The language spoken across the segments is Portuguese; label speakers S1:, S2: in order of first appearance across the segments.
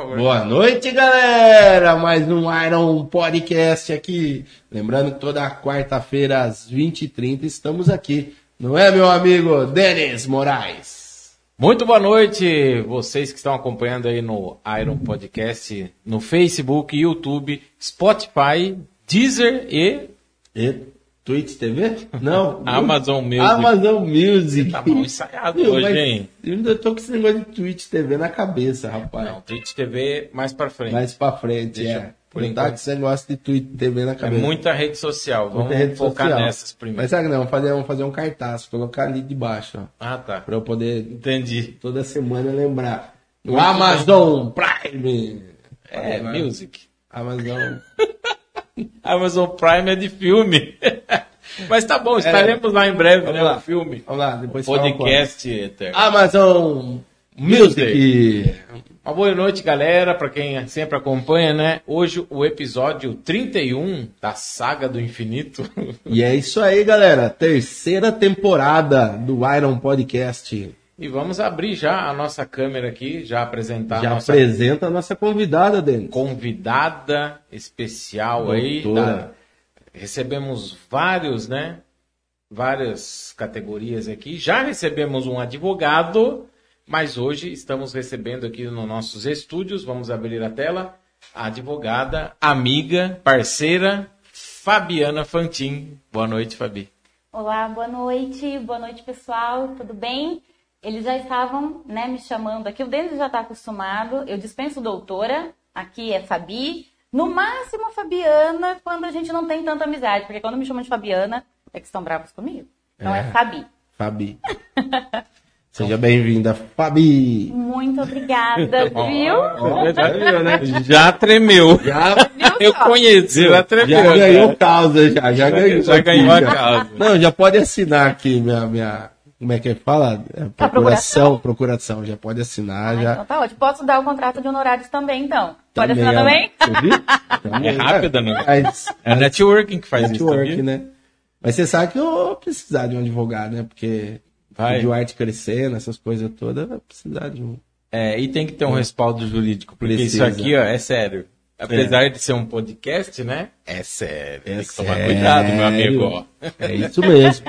S1: Boa noite, galera! Mais um Iron Podcast aqui. Lembrando que toda quarta-feira às 20h30 estamos aqui. Não é, meu amigo Denis Moraes?
S2: Muito boa noite, vocês que estão acompanhando aí no Iron Podcast, no Facebook, YouTube, Spotify, Deezer e
S1: Twitch TV? Não.
S2: Amazon Music.
S1: Amazon Music.
S2: Tá mal ensaiado hoje, hein?
S1: Eu ainda tô com esse negócio de Twitch TV na cabeça, rapaz.
S2: Não, Twitch TV mais pra frente.
S1: Mais pra frente,
S2: Por
S1: não tá com esse negócio de Twitch TV na
S2: É
S1: cabeça.
S2: muita rede social, vamos focar nessas primeiro.
S1: Mas sabe que não, vamos fazer um cartaz, colocar ali debaixo, ó.
S2: Ah, tá.
S1: Pra eu poder,
S2: Entendi.
S1: toda semana lembrar. O Amazon Prime.
S2: Music.
S1: Amazon...
S2: Amazon Prime é de filme. Mas tá bom, estaremos lá em breve,
S1: Vamos
S2: né?
S1: lá.
S2: O filme.
S1: Vamos lá, depois
S2: Podcast eterno.
S1: Amazon Music.
S2: Uma boa noite, galera, para quem sempre acompanha, né? Hoje o episódio 31 da Saga do Infinito.
S1: E é isso aí, galera. Terceira temporada do Iron Podcast.
S2: E vamos abrir já a nossa câmera aqui, já apresentar
S1: Já
S2: a nossa
S1: apresenta a nossa convidada, Denis.
S2: convidada especial aí.
S1: Doutora.
S2: Recebemos vários, né? Várias categorias aqui. Já recebemos um advogado, mas hoje estamos recebendo aqui nos nossos estúdios, vamos abrir a tela, a advogada, amiga, parceira, Fabiana Fantin. Boa noite, Fabi.
S3: Olá, boa noite pessoal, tudo bem? Eles já estavam, né, me chamando aqui, o Denis já está acostumado, eu dispenso doutora, aqui é Fabi, no máximo Fabiana, quando a gente não tem tanta amizade, porque quando me chamam de Fabiana, é que estão bravos comigo. Então é Fabi.
S1: Fabi. Seja bem-vinda, Fabi.
S3: Muito obrigada, viu?
S2: Já tremeu. Eu conheço, já tremeu.
S1: Já ganhou causa, já ganhou.
S2: Já ganhou a causa.
S1: Não, já pode assinar aqui minha como é que fala? Procuração, já pode assinar. Já.
S3: Então tá ótimo, posso dar o contrato de honorários também, então. Pode assinar
S1: também?
S3: também?
S1: Você viu?
S2: É rápida, né?
S1: Mas,
S2: É networking que faz
S1: network,
S2: isso.
S1: né? Mas você sabe que eu vou precisar de um advogado, né? Porque
S2: Vai.
S1: o Duarte crescendo, essas coisas todas, vai precisar de um.
S2: E tem que ter um respaldo jurídico, porque
S1: Precisa.
S2: isso aqui, ó, é sério. Apesar de ser um podcast, né? É sério. Tem que tomar
S1: sério.
S2: cuidado, meu amigo, ó.
S1: É isso mesmo.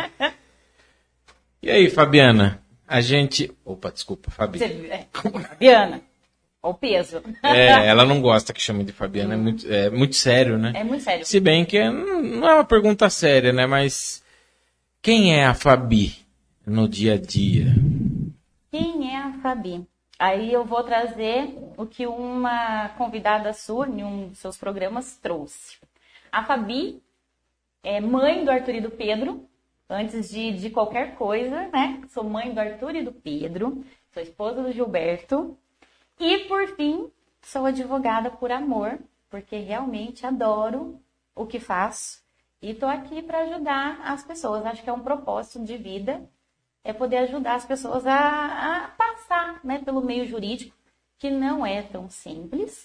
S2: E aí, Fabiana? A gente... Opa, desculpa, Fabi.
S3: Fabiana, olha o peso.
S2: Ela não gosta que chame de Fabiana, é muito sério, né?
S3: É muito sério.
S2: Se bem que não é uma pergunta séria, né? Mas quem é a Fabi no dia a dia?
S3: Quem é a Fabi? Aí eu vou trazer o que uma convidada sua, em um dos seus programas, trouxe. A Fabi é mãe do Arthur e do Pedro, antes de qualquer coisa, né? Sou mãe do Arthur e do Pedro, sou esposa do Gilberto. E, por fim, sou advogada por amor, porque realmente adoro o que faço. E estou aqui para ajudar as pessoas. Acho que é um propósito de vida, é poder ajudar as pessoas a passar, né, pelo meio jurídico, que não é tão simples.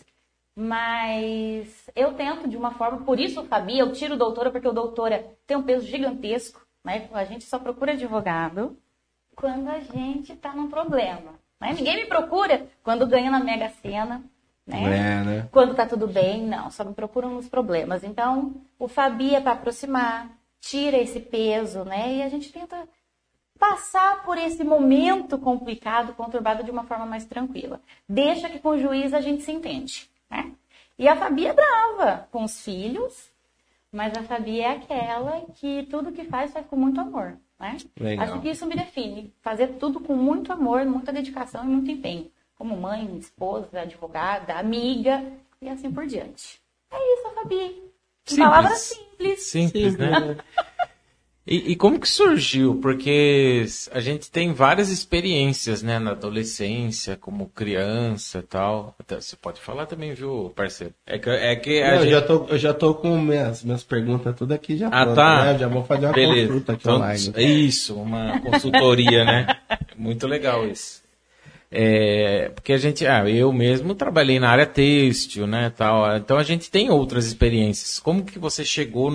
S3: Mas eu tento de uma forma, por isso, Fabi, eu tiro doutora, porque o doutora tem um peso gigantesco. Né? A gente só procura advogado quando a gente está num problema. Né? Ninguém me procura quando ganha na Mega Sena. Né? Quando está tudo bem, não. Só me procuram nos problemas. Então, o Fabi é para aproximar, tira esse peso, né? E a gente tenta passar por esse momento complicado, conturbado de uma forma mais tranquila. Deixa que com o juiz a gente se entende. Né? E a Fabi é brava com os filhos, mas a Fabi é aquela que tudo que faz com muito amor, né?
S1: Legal.
S3: Acho que isso me define. Fazer tudo com muito amor, muita dedicação e muito empenho. Como mãe, esposa, advogada, amiga e assim por diante. É isso, Fabi. Em palavras simples.
S2: Simples, né? E como que surgiu? Porque a gente tem várias experiências, né, na adolescência, como criança e tal. Até, você pode falar também, viu, parceiro?
S1: Eu já tô com minhas perguntas tudo aqui já pronto,
S2: tá.
S1: Né? Já vou fazer uma consulta aqui
S2: então,
S1: online.
S2: Isso, uma consultoria, né? Muito legal isso. Porque a gente, eu mesmo trabalhei na área têxtil, né, tal. Então a gente tem outras experiências. Como que você chegou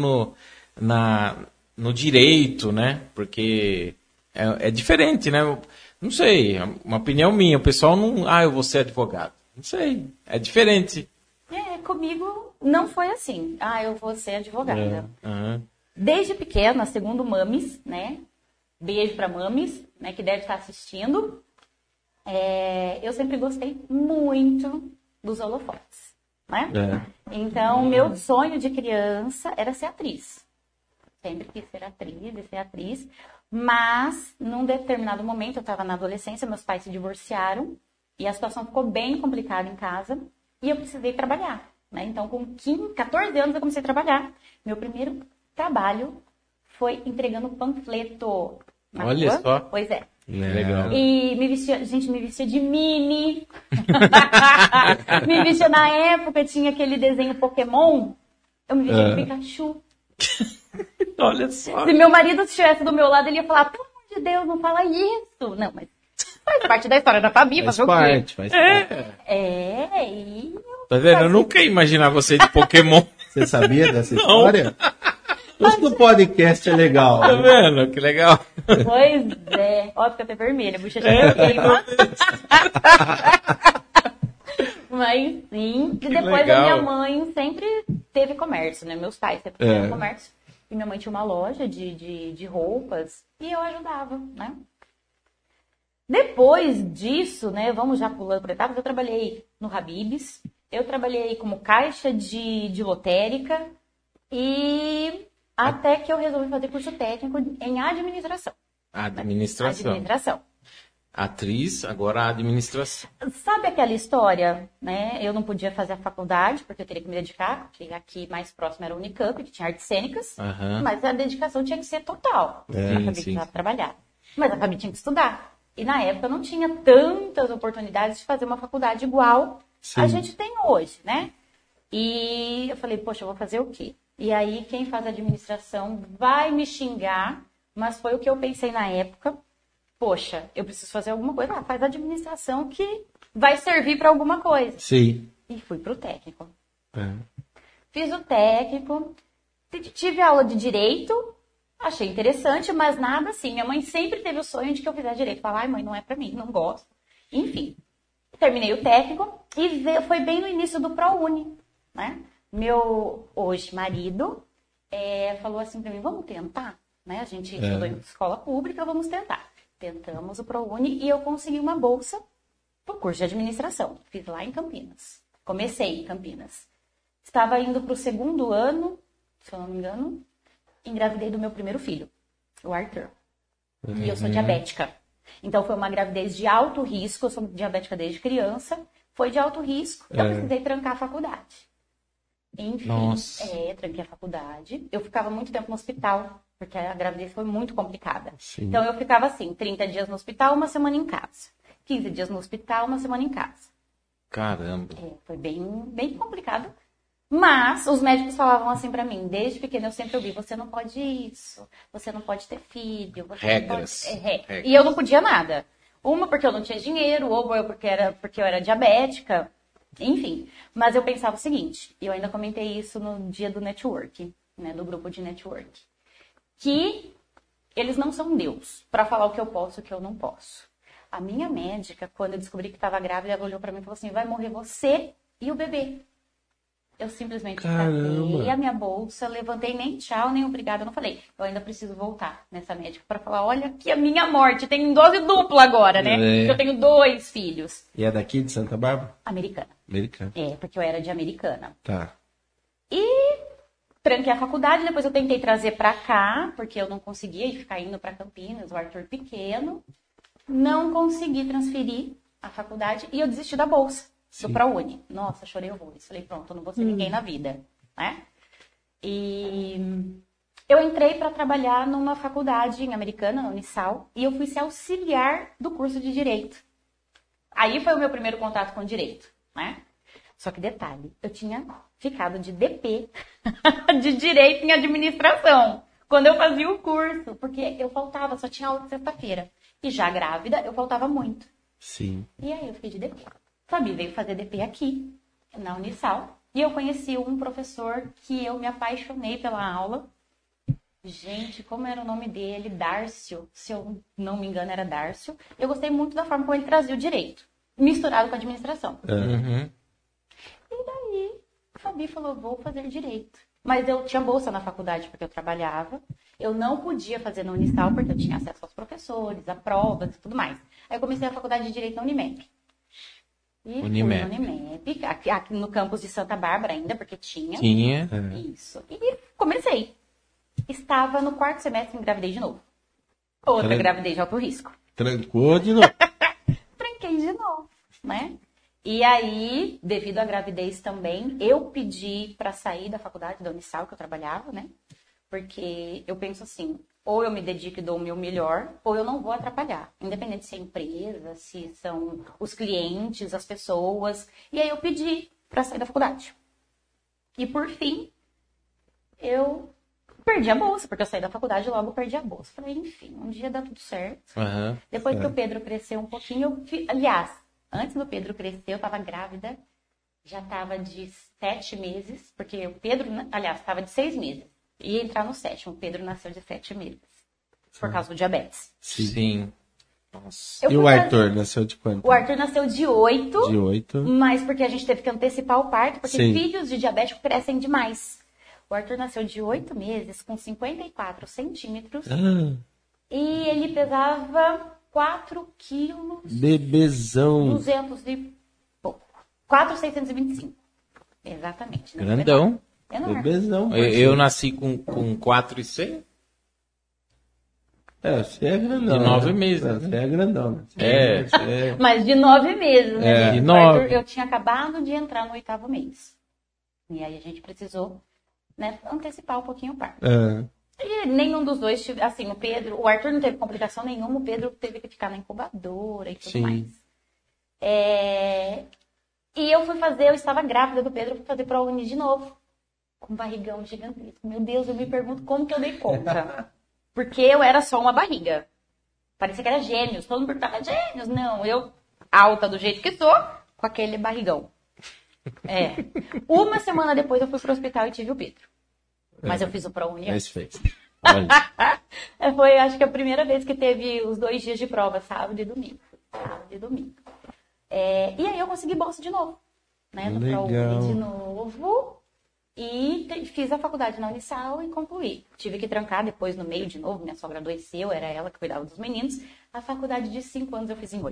S2: no direito, né? Porque é diferente, né? Não sei, uma opinião minha. O pessoal não... eu vou ser advogado. Não sei. É diferente.
S3: Comigo não foi assim. Eu vou ser advogada.
S2: Aham.
S3: Desde pequena, segundo Mames, né? Beijo pra Mames, né? Que deve estar assistindo. Eu sempre gostei muito dos holofotes, né? Então, meu sonho de criança era ser atriz. Sempre quis ser atriz. Mas, num determinado momento, eu estava na adolescência, meus pais se divorciaram. E a situação ficou bem complicada em casa. E eu precisei trabalhar, né? Então, com 14 anos, eu comecei a trabalhar. Meu primeiro trabalho foi entregando panfleto na
S2: Olha
S3: rua.
S2: só.
S3: Pois é.
S2: Legal.
S3: E me vestia de Mini. Me vestia na época, tinha aquele desenho Pokémon. Eu me vestia de Pikachu.
S2: Olha só.
S3: Se meu marido estivesse do meu lado, ele ia falar, pelo amor de Deus, não fala isso. Não, mas faz parte da história da Fabi,
S1: Faz
S3: fazer o quê?
S1: parte.
S3: E...
S2: Tá vendo? Eu nunca ia imaginar você de Pokémon.
S1: Você sabia dessa história? Isso no podcast é legal.
S2: Tá vendo? Que legal.
S3: Pois é. Ó, fica até vermelha, a bochecha queima. Mas sim. E depois
S2: legal.
S3: a minha mãe sempre teve comércio, né? Meus pais sempre tiveram comércio. E minha mãe tinha uma loja de roupas e eu ajudava, né? Depois disso, né? Vamos já pulando por etapas. Eu trabalhei no Habib's. Eu trabalhei como caixa de lotérica. E até que eu resolvi fazer curso técnico em administração.
S2: Administração. Atriz, agora a administração.
S3: Sabe aquela história, né? Eu não podia fazer a faculdade, porque eu teria que me dedicar, porque aqui mais próximo era a Unicamp, que tinha artes cênicas, mas a dedicação tinha que ser total. A Fabi precisava trabalhar. Mas a Fabi tinha que estudar. E na época não tinha tantas oportunidades de fazer uma faculdade igual a gente tem hoje, né? E eu falei, poxa, eu vou fazer o quê? E aí quem faz administração vai me xingar, mas foi o que eu pensei na época. Poxa, eu preciso fazer alguma coisa. Faz administração que vai servir para alguma coisa.
S1: Sim.
S3: E fui pro técnico. Fiz o técnico, tive aula de direito, achei interessante, mas nada assim. Minha mãe sempre teve o sonho de que eu fizesse direito. Falava, ai mãe, não é para mim, não gosto. Enfim, terminei o técnico e foi bem no início do ProUni, né? Meu hoje marido falou assim para mim, vamos tentar? Né? A gente estudou em escola pública, vamos tentar. Tentamos o ProUni e eu consegui uma bolsa para o curso de administração. Fiz lá em Campinas. Comecei em Campinas. Estava indo para o 2º ano, se eu não me engano, engravidei do meu primeiro filho, o Arthur. E eu sou diabética. Então foi uma gravidez de alto risco, eu sou diabética desde criança. Foi de alto risco, eu precisei trancar a faculdade. Enfim, tranquei a faculdade. Eu ficava muito tempo no hospital, porque a gravidez foi muito complicada.
S1: Sim.
S3: Então eu ficava assim, 30 dias no hospital, 1 semana em casa. 15 dias no hospital, 1 semana em casa.
S2: Caramba.
S3: Foi bem complicado. Mas os médicos falavam assim pra mim, desde pequena eu sempre ouvi, você não pode isso, você não pode ter filho. Você
S2: Regras.
S3: Não pode... Regras. E eu não podia nada. Uma porque eu não tinha dinheiro, ou porque eu era diabética. Enfim, mas eu pensava o seguinte, e eu ainda comentei isso no dia do network, né, do grupo de network, que eles não são Deus para falar o que eu posso e o que eu não posso. A minha médica, quando eu descobri que estava grávida, ela olhou para mim e falou assim, vai morrer você e o bebê. Eu simplesmente catei a minha bolsa, levantei, nem tchau, nem obrigada, eu não falei. Eu ainda preciso voltar nessa médica para falar, olha aqui a minha morte, tem dose dupla agora, né? Porque eu tenho 2 filhos.
S1: E é daqui de Santa Bárbara?
S3: Americana.
S1: Americana.
S3: Porque eu era de Americana.
S1: Tá.
S3: E tranquei a faculdade, depois eu tentei trazer pra cá, porque eu não conseguia ficar indo pra Campinas, o Arthur pequeno. Não consegui transferir a faculdade e eu desisti da bolsa do ProUni. Nossa, chorei horrores. Falei, pronto, eu não vou ser ninguém na vida, né? E eu entrei pra trabalhar numa faculdade em Americana, na Unisal, e eu fui ser auxiliar do curso de Direito. Aí foi o meu primeiro contato com Direito, né? Só que detalhe, eu tinha ficado de DP de Direito em Administração quando eu fazia o curso, porque eu faltava, só tinha aula de sexta-feira. E já grávida, eu faltava muito.
S1: Sim.
S3: E aí eu fiquei de DP. Fabi veio fazer DP aqui, na Unisal, e eu conheci um professor que eu me apaixonei pela aula. Gente, como era o nome dele? Dárcio, se eu não me engano era Dárcio. Eu gostei muito da forma como ele trazia o direito. misturado com administração.
S2: Uhum.
S3: E daí, a Fabi falou, vou fazer direito. Mas eu tinha bolsa na faculdade porque eu trabalhava. Eu não podia fazer na Unisal porque eu tinha acesso aos professores, a provas e tudo mais. Aí eu comecei a faculdade de Direito na Unimep. E
S2: Unimep.
S3: fui na Unimep, aqui no campus de Santa Bárbara ainda, porque tinha.
S2: Tinha.
S3: Isso. E comecei. Estava no 4º semestre e engravidei de novo. Outra gravidez de alto risco.
S1: Trancou de novo.
S3: Tranquei de novo, né? E aí, devido à gravidez também, eu pedi para sair da faculdade da Unisal, que eu trabalhava, né? Porque eu penso assim, ou eu me dedico e dou o meu melhor, ou eu não vou atrapalhar. Independente se é empresa, se são os clientes, as pessoas. E aí eu pedi para sair da faculdade. E por fim, eu perdi a bolsa, porque eu saí da faculdade e logo perdi a bolsa. Falei, enfim, um dia dá tudo certo.
S2: Uhum.
S3: Depois que o Pedro cresceu um pouquinho, aliás, antes do Pedro crescer, eu estava grávida, já estava de 7 meses, porque o Pedro, aliás, estava de 6 meses. Ia entrar no 7º, o Pedro nasceu de 7 meses, por causa do diabetes.
S2: Sim. Nossa.
S1: E o Arthur nasceu de quanto?
S3: O Arthur nasceu de 8,
S1: De 8.
S3: mas porque a gente teve que antecipar o parto, porque
S1: Sim.
S3: filhos de diabético crescem demais. O Arthur nasceu de 8 meses, com 54 centímetros, e ele pesava 4 quilos,
S1: Bebezão.
S3: 200 e pouco. 4,625. Exatamente. né?
S2: Grandão.
S3: Enorme.
S1: Bebezão.
S2: Eu nasci com 4,100.
S1: Você é grandão.
S2: De 9
S1: né?
S2: meses,
S1: Você
S2: né?
S1: é grandão.
S2: É.
S1: Você é...
S3: Mas de 9 meses, né?
S2: de
S3: O
S2: 9.
S3: Arthur, eu tinha acabado de entrar no 8º mês. E aí a gente precisou, né, antecipar um pouquinho o parto. E nenhum dos dois, assim, o Arthur não teve complicação nenhuma, o Pedro teve que ficar na incubadora e tudo
S1: Sim.
S3: mais. E eu estava grávida do Pedro, fui fazer ProUni de novo. Com um barrigão gigantesco. Meu Deus, eu me pergunto como que eu dei conta. Porque eu era só uma barriga. Parecia que era gêmeos. Todo mundo perguntava, gêmeos? Não, eu, alta do jeito que sou, com aquele barrigão. Uma semana depois eu fui pro hospital e tive o Pedro. Mas eu fiz o ProUni.
S1: Mas fez.
S3: Foi, acho que a primeira vez que teve os 2 dias de prova, sábado e domingo. E aí eu consegui bolsa de novo. Né, no
S1: Legal.
S3: ProUni de novo. E fiz a faculdade na Unisal e concluí. Tive que trancar depois no meio de novo. Minha sogra adoeceu, era ela que cuidava dos meninos. A faculdade de 5 anos eu fiz em 8.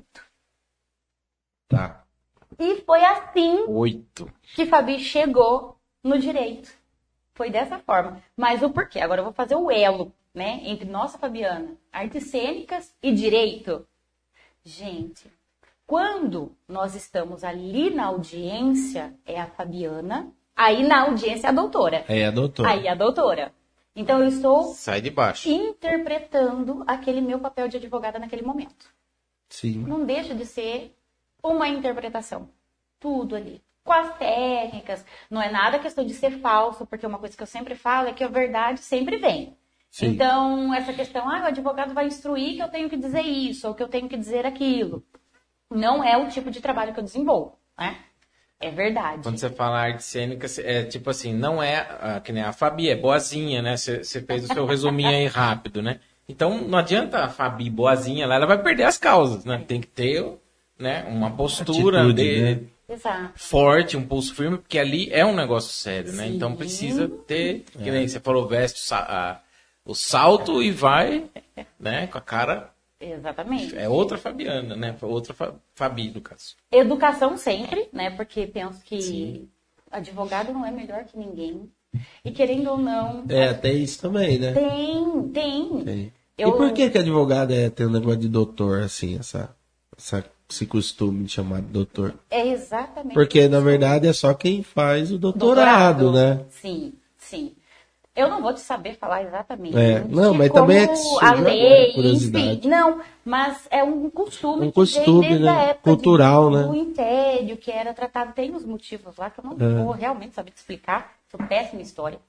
S1: Tá.
S3: E foi assim
S2: 8.
S3: que Fabi chegou no direito. Foi dessa forma. Mas o porquê? Agora eu vou fazer o elo, né? Entre nossa Fabiana, artes cênicas e direito. Gente, quando nós estamos ali na audiência, é a Fabiana. Aí na audiência é a doutora.
S1: Aí a doutora.
S3: Aí a doutora. Então eu estou
S2: Sai de baixo.
S3: interpretando aquele meu papel de advogada naquele momento.
S1: Sim.
S3: Não deixa de ser uma interpretação. Tudo ali. Com as técnicas. Não é nada questão de ser falso, porque uma coisa que eu sempre falo é que a verdade sempre vem.
S1: Sim.
S3: Então, essa questão, o advogado vai instruir que eu tenho que dizer isso, ou que eu tenho que dizer aquilo. Não é o tipo de trabalho que eu desenvolvo, né? É verdade.
S2: Quando você fala arte cênica, é tipo assim, não é que nem a Fabi, é boazinha, né? Você fez o seu resuminho aí rápido, né? Então não adianta a Fabi boazinha lá, ela vai perder as causas, né? Tem que ter, né, uma postura
S1: Atitude, né?
S3: Exato.
S2: forte, um pulso firme, porque ali é um negócio sério, né?
S3: Sim.
S2: Então precisa ter, que nem você falou, veste o salto e vai, né, com a cara.
S3: Exatamente.
S2: É outra Fabiana, né? Outra Fabi, no caso.
S3: Educação sempre, né? Porque penso que advogado não é melhor que ninguém. E querendo ou não...
S1: Até isso também, né? Tem. E por que advogado tem um negócio de doutor, assim, esse costume de chamar de doutor?
S3: É exatamente.
S1: Porque, na verdade, é só quem faz o doutorado, né?
S3: Sim. Eu não vou te saber falar exatamente.
S1: Não, mas também é
S3: a lei,
S1: curiosidade.
S3: enfim. Não, mas é um costume.
S1: Um costume,
S3: que vem desde a
S1: né?
S3: época
S1: Cultural, né?
S3: do Império, que era tratado. Tem os motivos lá que eu não vou realmente saber te explicar. Sou péssima história.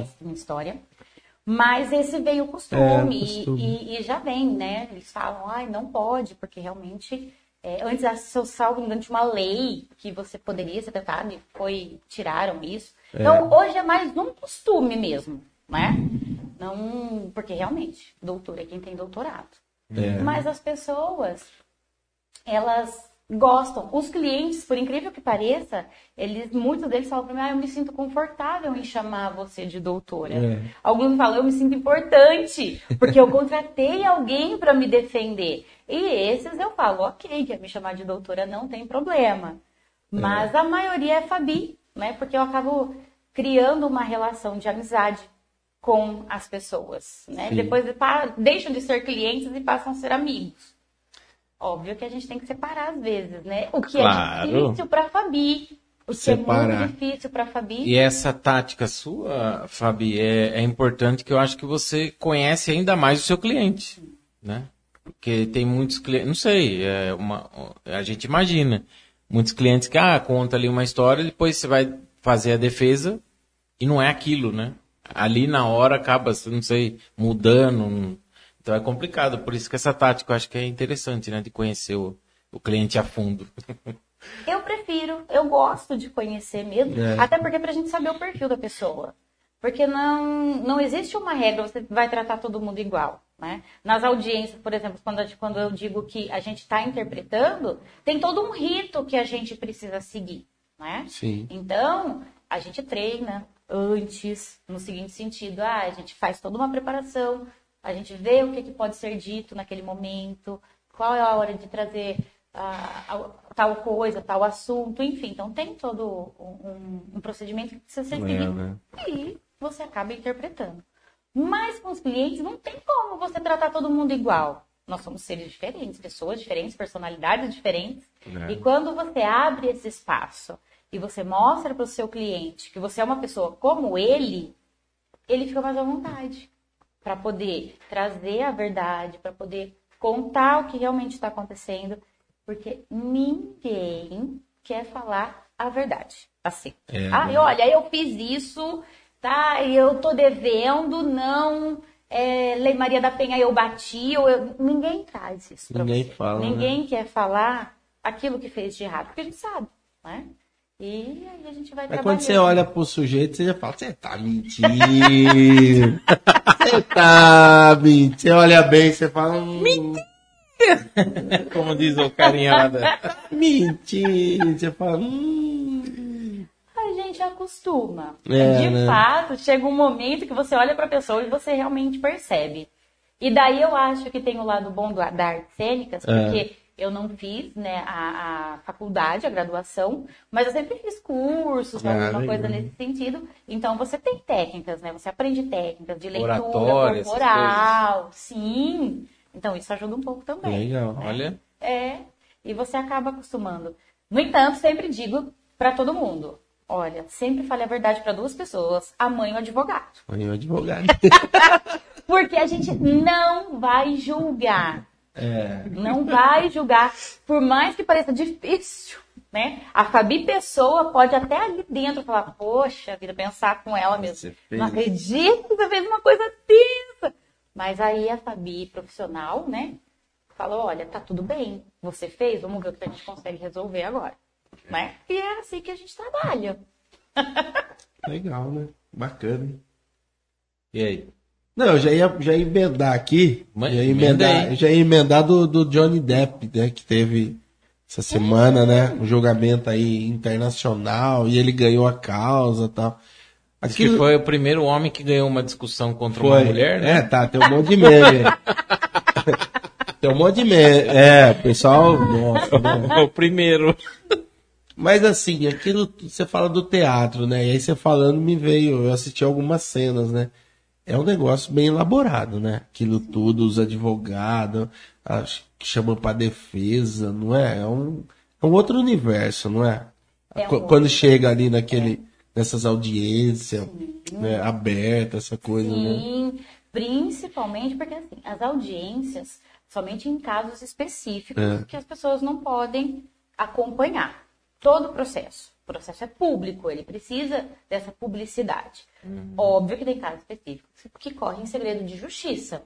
S3: Mas esse veio o costume. E já vem, né? Eles falam, não pode, porque realmente... antes, se eu salvo engano, tinha uma lei que você poderia ser tratado e tiraram isso. Então, hoje é mais um costume mesmo, né? Não, porque realmente, doutor é quem tem doutorado. Mas as pessoas, elas gostam. Os clientes, por incrível que pareça, muitos deles falam para mim, eu me sinto confortável em chamar você de doutora. Alguns falam, eu me sinto importante, porque eu contratei alguém para me defender. E esses eu falo, ok, quer me chamar de doutora, não tem problema. Mas a maioria é Fabi, né? Porque eu acabo criando uma relação de amizade com as pessoas, né? Depois deixam de ser clientes e passam a ser amigos. Óbvio que a gente tem que separar às vezes, né? O que é difícil para Fabi. O que é muito difícil para Fabi.
S2: E essa tática sua, Fabi, é importante, que eu acho que você conhece ainda mais o seu cliente, né? Porque tem muitos clientes, não sei, a gente imagina, muitos clientes que conta ali uma história, depois você vai fazer a defesa e não é aquilo, né? Ali na hora acaba, não sei, mudando. Então é complicado, por isso que essa tática eu acho que é interessante, né? De conhecer o cliente a fundo.
S3: Eu gosto de conhecer mesmo, até porque pra gente saber o perfil da pessoa. Porque não existe uma regra, você vai tratar todo mundo igual, né? Nas audiências, por exemplo, quando eu digo que a gente está interpretando, tem todo um rito que a gente precisa seguir, né?
S1: Sim.
S3: Então, a gente treina antes, no seguinte sentido, a gente faz toda uma preparação, a gente vê o que pode ser dito naquele momento, qual é a hora de trazer tal coisa, tal assunto, enfim. Então, tem todo um procedimento que precisa ser seguido e você acaba interpretando. Mas com os clientes, não tem como você tratar todo mundo igual. Nós somos seres diferentes, pessoas diferentes, personalidades diferentes. E quando você abre esse espaço e você mostra para o seu cliente que você é uma pessoa como ele fica mais à vontade para poder trazer a verdade, para poder contar o que realmente está acontecendo, porque ninguém quer falar a verdade. Assim. Olha, eu fiz isso, tá? Eu tô devendo, não. Lei Maria da Penha, eu bati. Ninguém traz isso pra
S1: Ninguém
S3: você.
S1: fala.
S3: Ninguém quer falar aquilo que fez de errado, porque a gente sabe, né? E aí a gente vai trabalhando.
S1: Quando você olha pro sujeito, você já fala, você tá mentindo. Você tá mentindo. Você olha bem, você fala... Mentira!
S2: Como diz o carinha lá da...
S1: Mentira! Você fala...
S3: A gente acostuma.
S1: De
S3: fato, chega um momento que você olha pra pessoa e você realmente percebe. E daí eu acho que tem o lado bom da artes cênicas, porque... Eu não fiz, né, a faculdade, a graduação, mas eu sempre fiz cursos, alguma coisa nesse sentido. Então, você tem técnicas, né? Você aprende técnicas de leitura
S2: oratória,
S3: corporal. Sim. Então, isso ajuda um pouco também.
S1: Legal.
S3: Né?
S2: Olha.
S3: E você acaba acostumando. No entanto, sempre digo para todo mundo, olha, sempre fale a verdade para duas pessoas, a mãe e o advogado.
S1: Mãe e o advogado.
S3: Porque a gente não vai julgar. Não vai julgar, por mais que pareça difícil, né? A Fabi Pessoa pode até ali dentro falar, poxa vida, pensar com ela mesmo. Não acredito que você fez uma coisa tensa. Mas aí a Fabi profissional, né? Falou, olha, tá tudo bem, você fez, vamos ver o que a gente consegue resolver agora, né? E é assim que a gente trabalha.
S1: Legal, né? Bacana.
S2: E aí?
S1: Não, eu já ia emendar aqui. Já ia emendar do Johnny Depp, né? Que teve essa semana, né? Um julgamento aí internacional e ele ganhou a causa e tal.
S2: Diz que foi o primeiro homem que ganhou uma discussão contra uma mulher, né?
S1: Tem um monte de meme. Tem um monte de meme. O pessoal gosta, né?
S2: O primeiro.
S1: Mas assim, aquilo, você fala do teatro, né? E aí você falando eu assisti algumas cenas, né? É um negócio bem elaborado, né? Aquilo tudo, os advogados, que chamam para defesa, não é? É um outro universo, não é? Quando chega ali nessas audiências, né, abertas, essa coisa,
S3: Sim,
S1: né?
S3: Principalmente porque assim, as audiências, somente em casos específicos que as pessoas não podem acompanhar todo o processo. O processo é público, ele precisa dessa publicidade. Óbvio que tem casos específicos que correm em segredo de justiça.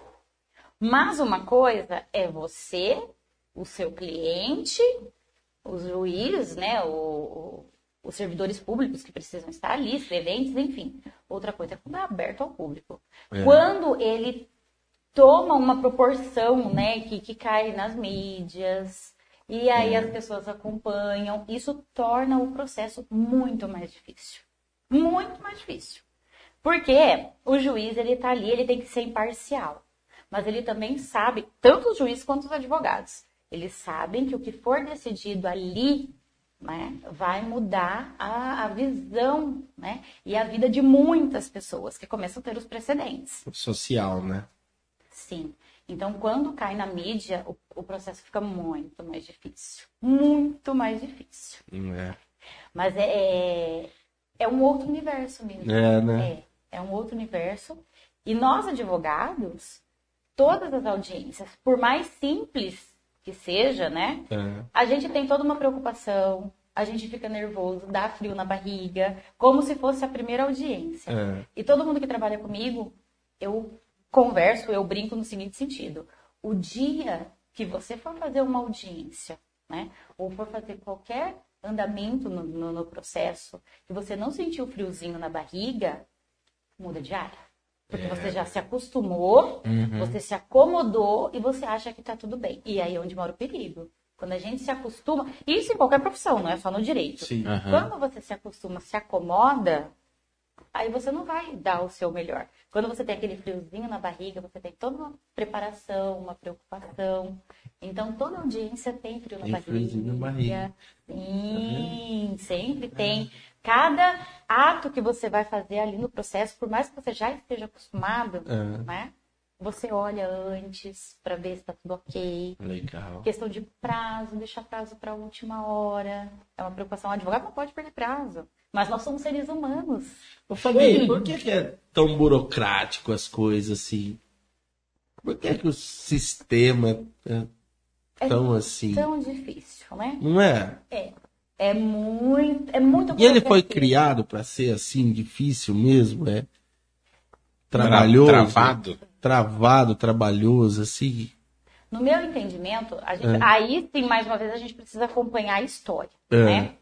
S3: Mas uma coisa é você, o seu cliente, os juízes, né, os servidores públicos que precisam estar ali, escreventes, enfim. Outra coisa é quando é aberto ao público. Quando ele toma uma proporção, né, que cai nas mídias, E aí as pessoas acompanham. Isso torna o processo muito mais difícil. Muito mais difícil. Porque o juiz, ele tá ali, ele tem que ser imparcial. Mas ele também sabe, tanto os juízes quanto os advogados, eles sabem que o que for decidido ali, né, vai mudar a visão, né, e a vida de muitas pessoas que começam a ter os precedentes.
S1: Social, né?
S3: Sim. Então, quando cai na mídia, o processo fica muito mais difícil. Muito mais difícil. Mas é um outro universo mesmo.
S1: Né?
S3: É um outro universo. E nós, advogados, todas as audiências, por mais simples que seja, né? A gente tem toda uma preocupação, a gente fica nervoso, dá frio na barriga, como se fosse a primeira audiência. E todo mundo que trabalha comigo, eu converso, eu brinco no seguinte sentido. O dia que você for fazer uma audiência, né? Ou for fazer qualquer andamento no processo, que você não sentiu friozinho na barriga, muda de área. Porque você já se acostumou, você se acomodou e você acha que tá tudo bem. E aí é onde mora o perigo. Quando a gente se acostuma, isso em qualquer profissão, não é só no direito.
S1: Sim.
S3: Quando você se acostuma, se acomoda, aí você não vai dar o seu melhor. Quando você tem aquele friozinho na barriga, você tem toda uma preparação, uma preocupação. Então, toda audiência tem frio na barriga.
S1: Friozinho na barriga.
S3: Sim, sempre tem. Cada ato que você vai fazer ali no processo, por mais que você já esteja acostumado, né? Você olha antes para ver se está tudo ok.
S1: Legal.
S3: Questão de prazo, deixar prazo para a última hora. É uma preocupação. O advogado não pode perder prazo. Mas nós somos seres humanos.
S1: Ô, Fabi, por que é tão burocrático as coisas assim? Por que o sistema é tão assim?
S3: Tão difícil, né?
S1: Não é?
S3: É muito
S1: E ele foi
S3: burocracia.
S1: criado para ser assim, difícil mesmo, é? Trabalhoso. Travado, trabalhoso, assim.
S3: No meu entendimento, aí sim, mais uma vez, a gente precisa acompanhar a história, né?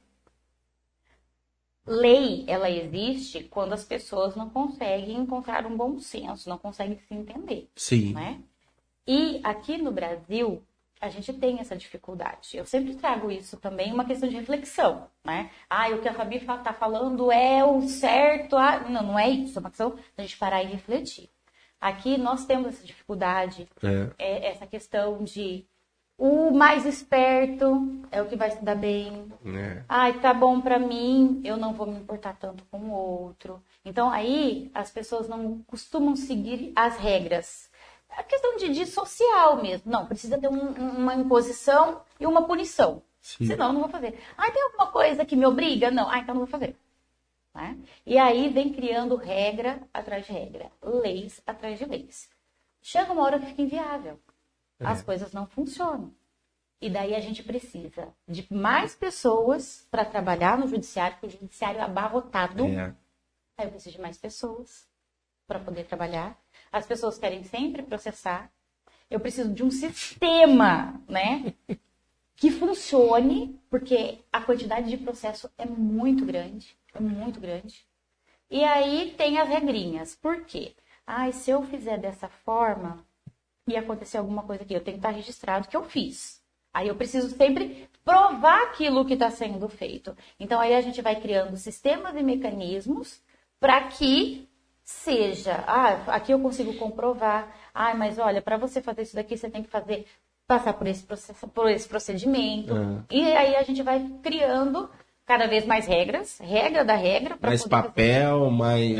S3: Lei, ela existe quando as pessoas não conseguem encontrar um bom senso, não conseguem se entender,
S1: Sim.
S3: né? E aqui no Brasil, a gente tem essa dificuldade. Eu sempre trago isso também, uma questão de reflexão, né? O que a Fabi está falando é o certo. Não é isso, é uma questão da gente parar e refletir. Aqui nós temos essa dificuldade, essa questão de o mais esperto é o que vai se dar bem. Tá bom pra mim, eu não vou me importar tanto com o outro. Então aí as pessoas não costumam seguir as regras. É questão de social mesmo. Não, precisa ter uma imposição e uma punição.
S1: Sim.
S3: Senão eu não vou fazer. Tem alguma coisa que me obriga? Não. Então não vou fazer. Né? E aí vem criando regra atrás de regra, leis atrás de leis. Chega uma hora que fica inviável. As coisas não funcionam. E daí a gente precisa de mais pessoas para trabalhar no judiciário, porque o judiciário é abarrotado. Aí eu preciso de mais pessoas para poder trabalhar. As pessoas querem sempre processar. Eu preciso de um sistema, né, que funcione, porque a quantidade de processo é muito grande. É muito grande. E aí tem as regrinhas. Por quê? Se eu fizer dessa forma e acontecer alguma coisa aqui, eu tenho que estar registrado que eu fiz. Aí eu preciso sempre provar aquilo que está sendo feito. Então aí a gente vai criando sistemas e mecanismos para que seja, aqui eu consigo comprovar, mas olha, para você fazer isso daqui, você tem que passar por esse processo, por esse procedimento. E aí a gente vai criando cada vez mais regras, regra da regra.
S1: Mais papel, mais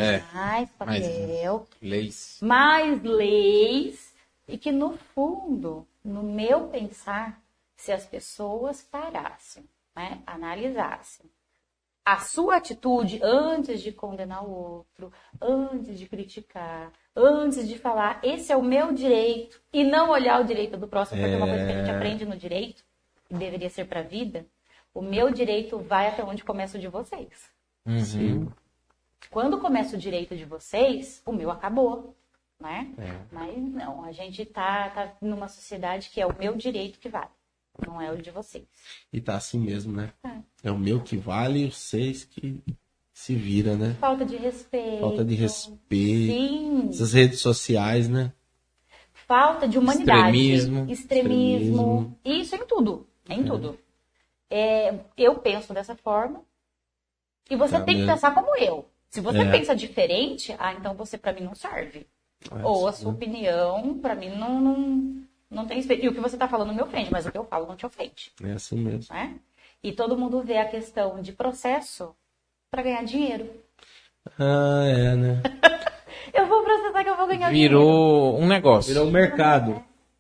S3: papel.
S2: Leis.
S3: Mais leis. E que no fundo, no meu pensar, se as pessoas parassem, né, analisassem a sua atitude antes de condenar o outro, antes de criticar, antes de falar, esse é o meu direito, e não olhar o direito do próximo, porque é uma coisa que a gente aprende no direito, e deveria ser para a vida, o meu direito vai até onde começa o de vocês.
S1: Sim.
S3: Quando começa o direito de vocês, o meu acabou, né? Mas não, a gente tá numa sociedade que é o meu direito que vale. Não é o de vocês.
S1: E tá assim mesmo, né? É o meu que vale e vocês que se vira, né?
S3: Falta de respeito.
S1: Falta de respeito.
S3: Sim.
S1: Essas redes sociais, né?
S3: Falta de humanidade.
S2: Extremismo.
S3: Extremismo. Isso em tudo. Em tudo. Eu penso dessa forma e você tem que pensar como eu. Se você pensa diferente, então você pra mim não serve. Ou a sua opinião, pra mim, não tem respeito. E o que você tá falando me ofende, mas o que eu falo não te ofende.
S1: É assim mesmo.
S3: Né? E todo mundo vê a questão de processo pra ganhar dinheiro.
S1: Né?
S3: Eu vou processar que eu vou ganhar dinheiro.
S2: Virou um negócio.
S1: Virou um mercado.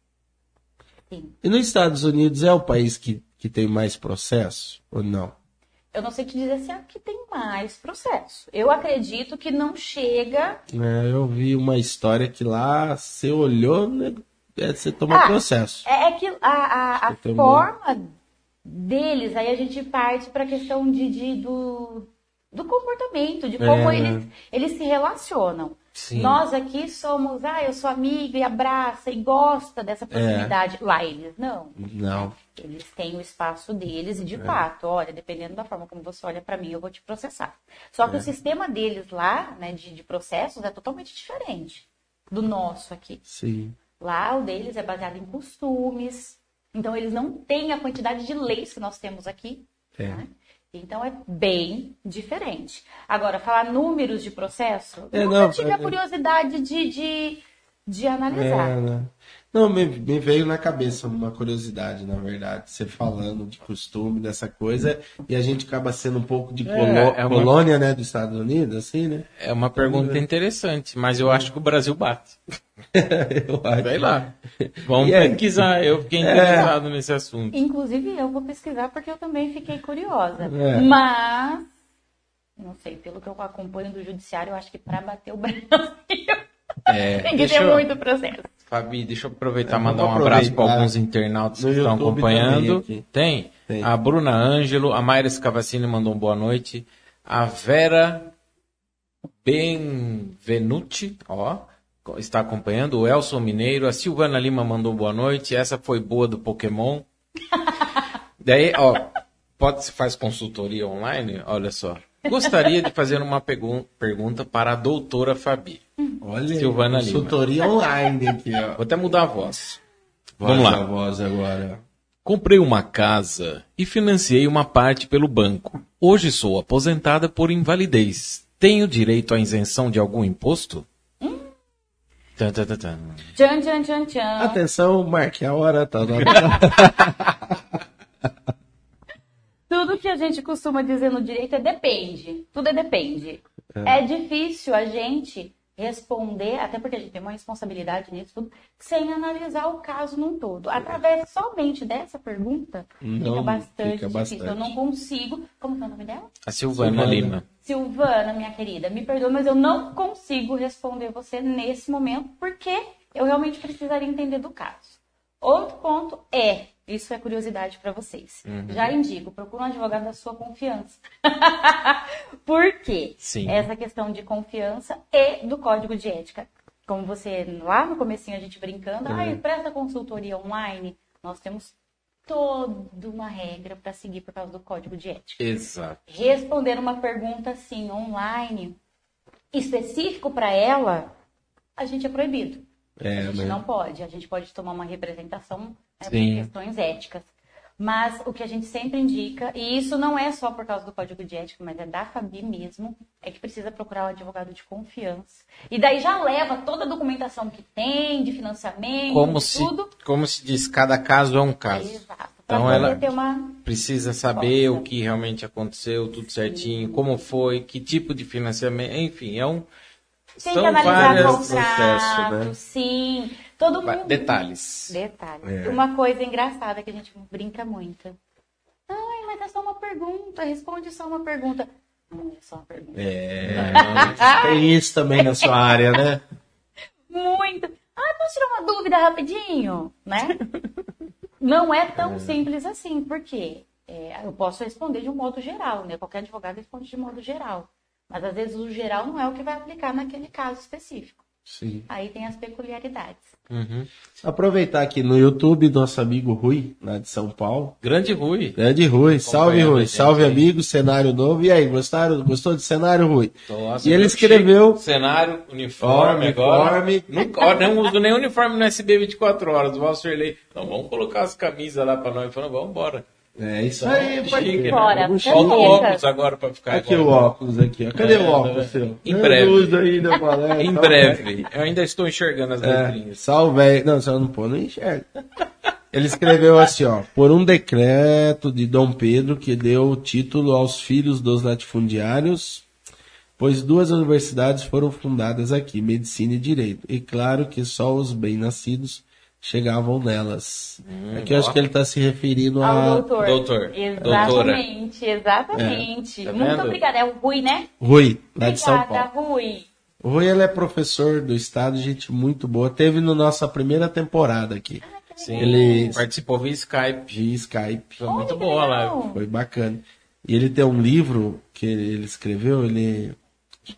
S3: Sim.
S1: E nos Estados Unidos é o país que tem mais processo ou não?
S3: Eu não sei te dizer se aqui tem mais processo. Eu acredito que não chega...
S1: Eu vi uma história que lá você olhou, né? Você toma processo.
S3: É que a forma deles, aí a gente parte para a questão do comportamento, de como eles se relacionam.
S2: Sim.
S3: Nós aqui somos, eu sou amiga e abraça e gosta dessa proximidade. Lá eles não.
S1: Não.
S3: Eles têm o espaço deles e, de fato, olha, dependendo da forma como você olha para mim, eu vou te processar. Só que o sistema deles lá, né, de processos, é totalmente diferente do nosso aqui.
S1: Sim.
S3: Lá o deles é baseado em costumes. Então, eles não têm a quantidade de leis que nós temos aqui. Né? Então, é bem diferente. Agora, falar números de processo, eu nunca tive a curiosidade de analisar.
S1: Né? Não, me veio na cabeça uma curiosidade, na verdade. Você falando de costume, dessa coisa, e a gente acaba sendo um pouco de colônia, né, dos Estados Unidos, assim, né?
S2: É uma pergunta interessante, mas eu acho que o Brasil bate.
S1: Eu acho.
S2: Sei lá. Vamos pesquisar. Eu fiquei interessado nesse assunto.
S3: Inclusive, eu vou pesquisar porque eu também fiquei curiosa. Mas, não sei, pelo que eu acompanho do judiciário, eu acho que para bater o Brasil tem que ter muito processo.
S2: Fabi, deixa eu aproveitar e mandar um abraço para alguns internautas que estão acompanhando. Tem. A Bruna Ângelo, a Mayra Scavacini mandou um boa noite. A Vera Benvenuti, está acompanhando. O Elson Mineiro. A Silvana Lima mandou boa noite. Essa foi boa do Pokémon. Daí, faz consultoria online? Olha só. Gostaria de fazer uma pergunta para a doutora Fabi.
S1: Olha,
S2: Silvana Lima.
S1: Consultoria online aqui, ó.
S2: Vou até mudar a voz. Vamos lá.
S1: A voz agora.
S2: Comprei uma casa e financiei uma parte pelo banco. Hoje sou aposentada por invalidez. Tenho direito à isenção de algum imposto?
S3: Tchan, tchan, tchan, tchan.
S1: Atenção, marque a hora.
S3: Tudo que a gente costuma dizer no direito depende. Tudo depende. É difícil a gente responder, até porque a gente tem uma responsabilidade nisso tudo, sem analisar o caso num todo. Através somente dessa pergunta, fica bastante difícil. Eu não consigo... Como é o nome dela?
S2: A Silvana Lima.
S3: Silvana, minha querida, me perdoa, mas eu não consigo responder você nesse momento, porque eu realmente precisaria entender do caso. Outro ponto isso é curiosidade para vocês. Já indico, procura um advogado da sua confiança. Por quê?
S2: Sim.
S3: Essa questão de confiança e do código de ética. Como você, lá no comecinho, a gente brincando, presta consultoria online, nós temos toda uma regra para seguir por causa do código de ética.
S2: Exato.
S3: Responder uma pergunta assim, online, específico para ela, a gente é proibido. A gente não pode. A gente pode tomar uma representação por questões éticas. Mas o que a gente sempre indica, e isso não é só por causa do código de ética, mas é da Fabi mesmo, é que precisa procurar um advogado de confiança. E daí já leva toda a documentação que tem, de financiamento, tudo.
S2: Como se diz, cada caso é um caso.
S3: Exato.
S2: Então ela
S3: ter uma...
S2: precisa saber o que realmente aconteceu, tudo certinho, como foi, que tipo de financiamento, enfim,
S3: Tem
S2: são
S3: que analisar
S2: vários
S3: contrato,
S2: processos, né?
S3: Sim. Todo mundo...
S2: Detalhes.
S3: Uma coisa engraçada que a gente brinca muito. Mas é só uma pergunta. Responde só uma pergunta. Não é só uma pergunta.
S1: Tem isso também na sua área, né?
S3: Muito. Posso tirar uma dúvida rapidinho? Né? Não é tão simples assim. Por quê? Eu posso responder de um modo geral, né? Qualquer advogado responde de modo geral. Mas às vezes o geral não é o que vai aplicar naquele caso específico.
S1: Sim.
S3: Aí tem as peculiaridades.
S2: Uhum.
S1: Aproveitar aqui no YouTube, nosso amigo Rui, lá de São Paulo.
S2: Grande Rui.
S1: Grande Rui, salve
S2: Acompanhando a
S1: Rui,
S2: gente
S1: salve
S2: aí.
S1: amigo, cenário novo. E aí, gostou do cenário, Rui?
S2: Nossa,
S1: E ele
S2: meu
S1: escreveu...
S2: chique. Cenário, uniforme agora. Não uso nem uniforme no SB 24 horas. O Valserley, não, vamos colocar as camisas lá pra nós. Falou, vamos embora.
S1: É isso aí,
S2: Chique,
S3: Bora.
S1: Vamos
S2: Falta o
S3: Caneta.
S2: óculos agora pra ficar
S1: Aqui
S2: igual.
S1: o óculos aqui, ó. Cadê o óculos seu?
S2: Em breve.
S1: Eu uso ainda, palestra.
S2: Em breve. Eu ainda estou enxergando as letrinhas.
S1: Salve, velho. Não, você não pô, não enxerga. Ele escreveu assim, ó. Por um decreto de Dom Pedro que deu o título aos filhos dos latifundiários, pois 2 universidades foram fundadas aqui, Medicina e Direito. E claro que só os bem-nascidos chegavam nelas. Aqui eu acho que ele está se referindo
S3: Ao
S1: a...
S3: doutor. Exatamente, exatamente.
S2: Tá
S3: Muito
S2: vendo?
S3: obrigada. É o Rui, né?
S1: Rui, lá de São
S3: Obrigada,
S1: Paulo.
S3: Rui.
S1: O Rui, ele é professor do estado, gente muito boa. Teve na nossa primeira temporada aqui.
S2: Sim.
S1: Ele
S2: Participou via Skype.
S1: de Skype.
S2: Foi muito
S3: Olha,
S2: boa a
S3: legal.
S2: live.
S1: Foi bacana. E ele tem um livro que ele escreveu, acho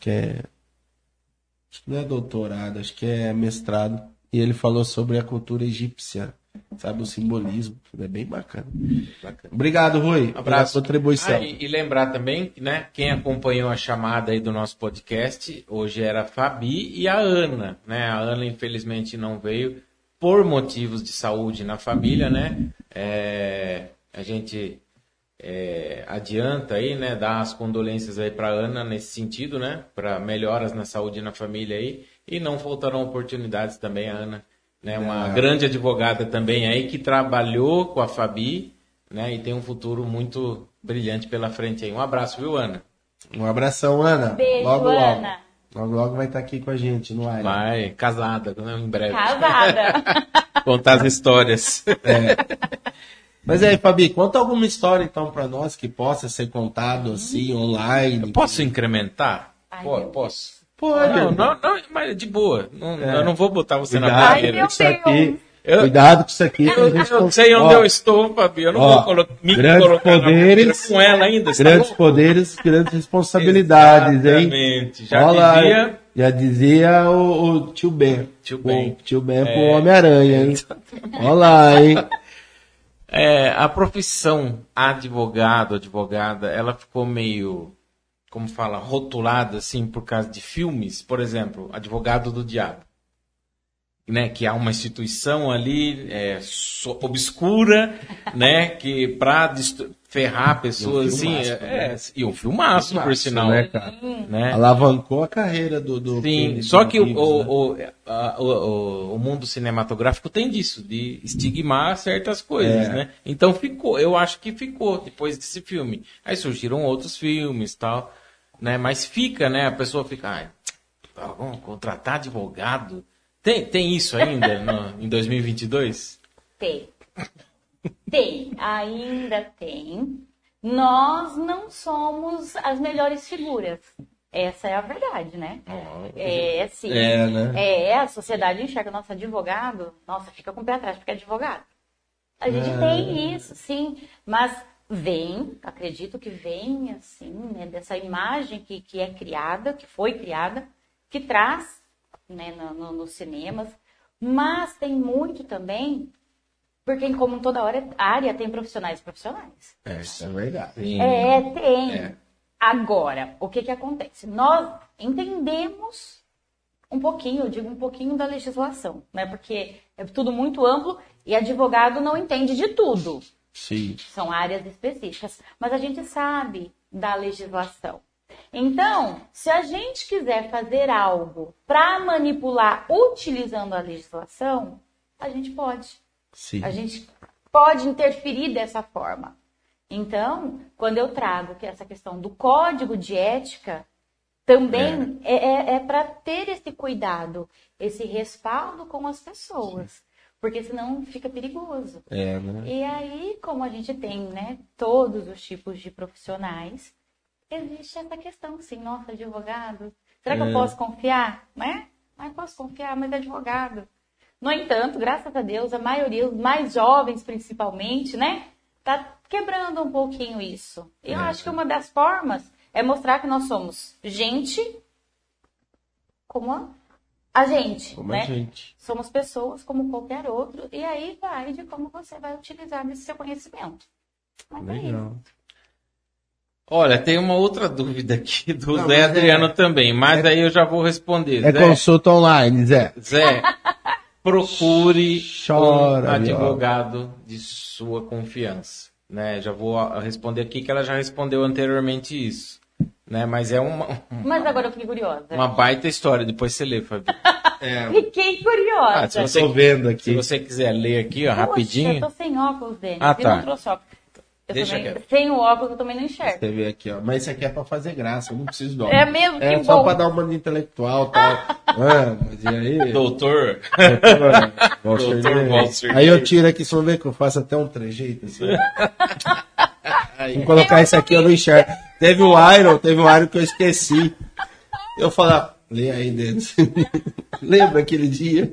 S1: que não é doutorado, acho que é mestrado. E ele falou sobre a cultura egípcia, sabe, o simbolismo. É bem bacana. Obrigado, Rui, pela contribuição.
S2: E lembrar também, né, quem acompanhou a chamada aí do nosso podcast, hoje era a Fabi e a Ana, né? A Ana, infelizmente, não veio por motivos de saúde na família, né? A gente adianta aí, né, dar as condolências aí para Ana nesse sentido, né? Para melhoras na saúde na família aí. E não faltarão oportunidades também, a Ana, né? Uma grande advogada também aí que trabalhou com a Fabi, né? E tem um futuro muito brilhante pela frente aí. Um abraço, viu, Ana?
S1: Um abração, Ana.
S3: Beijo,
S1: logo,
S3: Ana.
S1: Logo vai estar aqui com a gente no ar.
S2: Vai, casada, né, em breve.
S3: Casada.
S2: Contar as histórias.
S1: Mas aí, Fabi, conta alguma história então para nós que possa ser contado assim online.
S2: Posso incrementar?
S3: Ai,
S2: Posso?
S1: Pode.
S2: Não, mas de boa. Eu não vou botar você na
S1: Cuidado
S3: Ai,
S2: barreira.
S3: meu
S1: com isso aqui.
S2: Eu-
S1: Cuidado com isso aqui.
S2: Eu sei onde eu estou, Fabi. Eu não vou me
S1: grandes
S2: colocar
S1: poderes,
S2: na barreira com ela ainda. você tá
S1: Grandes
S2: louco?
S1: poderes, grandes responsabilidades, hein?
S2: Exatamente. Já
S1: Olha lá,
S2: dizia...
S1: já dizia o tio Ben.
S2: Tio Ben.
S1: O tio Ben pro Homem-Aranha, hein? Olha lá, hein?
S2: A profissão advogada, ela ficou meio, como fala, rotulada assim por causa de filmes. Por exemplo, Advogado do Diabo, né? Que há uma instituição ali obscura, né? Que para ferrar pessoas assim, e um filmaço, por sinal,
S1: né, cara?
S2: né?
S1: Alavancou a carreira do
S2: Sim,
S1: do
S2: só que
S1: Reeves, né?
S2: o mundo cinematográfico tem disso, de estigmar certas coisas, né? Então eu acho que ficou depois desse filme. Aí surgiram outros filmes e tal, né? Mas fica, né? A pessoa fica, vamos contratar advogado. Tem isso ainda em 2022?
S3: Tem, ainda tem. Nós não somos as melhores figuras. Essa é a verdade, né? Sim.
S1: Né?
S3: A sociedade enxerga o nosso advogado, nossa, fica com o pé atrás, porque é advogado. A gente tem isso, sim, mas acredito que vem, assim, né, dessa imagem que é criada, que foi criada, que traz, né, nos cinemas, mas tem muito também, porque como em toda área tem profissionais.
S1: Isso é verdade.
S3: Tem. Agora, o que acontece? Nós entendemos um pouquinho, eu digo um pouquinho da legislação, né? Porque é tudo muito amplo e advogado não entende de tudo.
S1: Sim.
S3: São áreas específicas, mas a gente sabe da legislação. Então, se a gente quiser fazer algo para manipular utilizando a legislação, a gente pode.
S1: Sim.
S3: A gente pode interferir dessa forma. Então, quando eu trago que essa questão do código de ética, também é para ter esse cuidado, esse respaldo com as pessoas. Porque senão fica perigoso.
S1: Né?
S3: E aí, como a gente tem, né, todos os tipos de profissionais, existe essa questão, sim, nossa, advogado, será que eu posso confiar? Né? Posso confiar, mas é advogado. No entanto, graças a Deus, a maioria, os mais jovens principalmente, né, tá quebrando um pouquinho isso. E eu acho que uma das formas é mostrar que nós somos gente como a gente,
S1: Como
S3: né?
S1: a gente.
S3: Somos pessoas como qualquer outro, e aí vai de como você vai utilizar esse seu conhecimento. Mas é isso.
S1: Legal.
S2: Olha, tem uma outra dúvida aqui do
S1: Não,
S2: Zé
S1: mas
S2: Adriano também, mas aí eu já vou responder.
S1: É
S2: Zé,
S1: consulta online, Zé.
S2: Zé, procure
S1: Chora,
S2: um advogado de sua confiança. Né? Já vou responder aqui que ela já respondeu anteriormente isso. Né? Mas é
S3: Mas agora eu fiquei curiosa.
S2: uma baita história. Depois você lê, Fabi.
S3: Fiquei curiosa.
S2: Ah, se
S1: Eu
S2: você,
S1: tô vendo aqui.
S2: se você quiser ler aqui, ó,
S3: Poxa,
S2: rapidinho.
S3: eu tô sem óculos, Denis.
S2: Ah, tá.
S3: Eu não trouxe óculos.
S2: Deixa quieto.
S3: Sem o óculos eu também não enxergo.
S1: Você vê aqui, ó. Mas isso aqui é pra fazer graça, eu não preciso do
S3: É mesmo?
S1: É
S3: Que
S1: só
S3: bom.
S1: pra dar uma de intelectual e tal. Mas e aí?
S2: Doutor.
S1: Walter
S2: Doutor
S1: Lê.
S2: Walter
S1: Aí eu
S2: Lê.
S1: tiro aqui, só ver que eu faço até um trejeito assim. Vou colocar isso aqui, eu não enxergo. Teve um Iron que eu esqueci. Eu falar, lê aí dentro. Lembra aquele dia?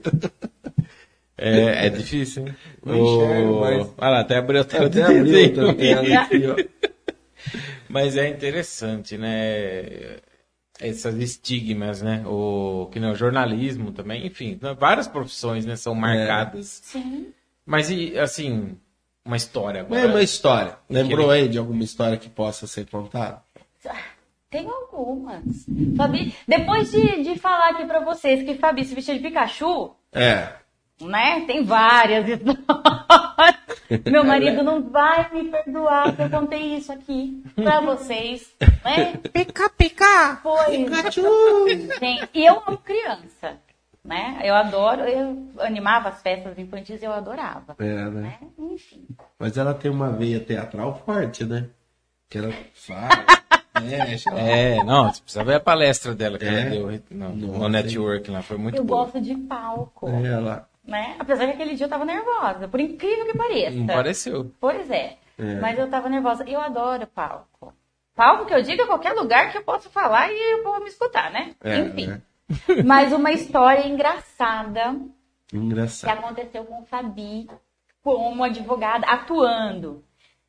S2: É difícil, hein?
S1: Não enxergo, mas-
S2: Olha lá, até abriu a tela de
S1: Até abriu
S2: desenho.
S1: outra tela aqui, ó.
S2: Mas é interessante, né? Essas estigmas, né? Que nem o jornalismo também, enfim, né? Várias profissões, né, são marcadas.
S3: Sim.
S2: Mas e assim, uma história agora.
S1: É uma história. Lembrou aí de alguma história que possa ser contada?
S3: Tem algumas. Fabi, depois de falar aqui pra vocês que Fabi se vestia de Pikachu, né? Tem várias histórias. Meu marido não vai me perdoar que eu contei isso aqui pra vocês, né?
S1: Pica!
S3: Pois. Sim. E eu amo criança, né? Eu adoro, eu animava as festas infantis, eu adorava.
S1: Né?
S3: Né? Enfim.
S1: Mas ela tem uma veia teatral forte, né? Que ela fala, mexe, ela...
S2: Não, você precisa ver a palestra dela que
S1: É?
S2: ela deu no
S1: Nossa,
S2: network lá, foi muito
S3: Eu
S2: boa.
S3: gosto de palco,
S1: Ela...
S3: né? Apesar que aquele dia eu tava nervosa, por incrível que pareça.
S2: Não pareceu.
S3: Pois é. Mas eu tava nervosa. Eu adoro palco. Palco que eu digo é qualquer lugar que eu posso falar e eu vou me escutar, né? Enfim.
S1: né?
S3: Mas uma história engraçada que
S1: Engraçado.
S3: aconteceu com o Fabi como advogada, atuando.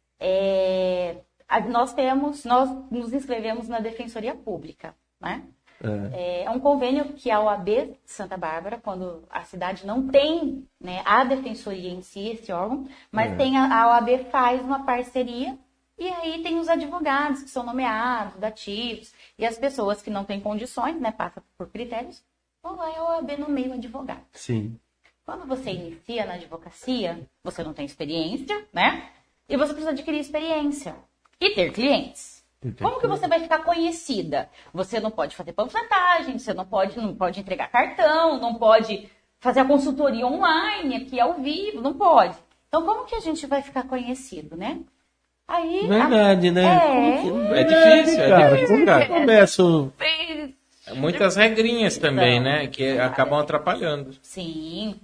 S3: Nós nos inscrevemos na Defensoria Pública, né? É um convênio que a OAB Santa Bárbara, quando a cidade não tem, né, a defensoria em si, esse órgão, mas tem a OAB faz uma parceria e aí tem os advogados que são nomeados, dativos, e as pessoas que não têm condições, né, passam por critérios, vão lá e a OAB nomeia o advogado.
S1: Sim.
S3: Quando você inicia na advocacia, você não tem experiência, né? E você precisa adquirir experiência e ter clientes. Como que você vai ficar conhecida? Você não pode fazer panfletagem, você não pode entregar cartão, não pode fazer a consultoria online aqui ao vivo, não pode. Então, como que a gente vai ficar conhecido, né? Aí,
S1: Verdade, né?
S2: É difícil,
S1: cara.
S2: difícil,
S1: Como
S2: cara.
S1: que começa o...
S2: Muitas regrinhas também, né? Que acabam atrapalhando.
S3: Sim.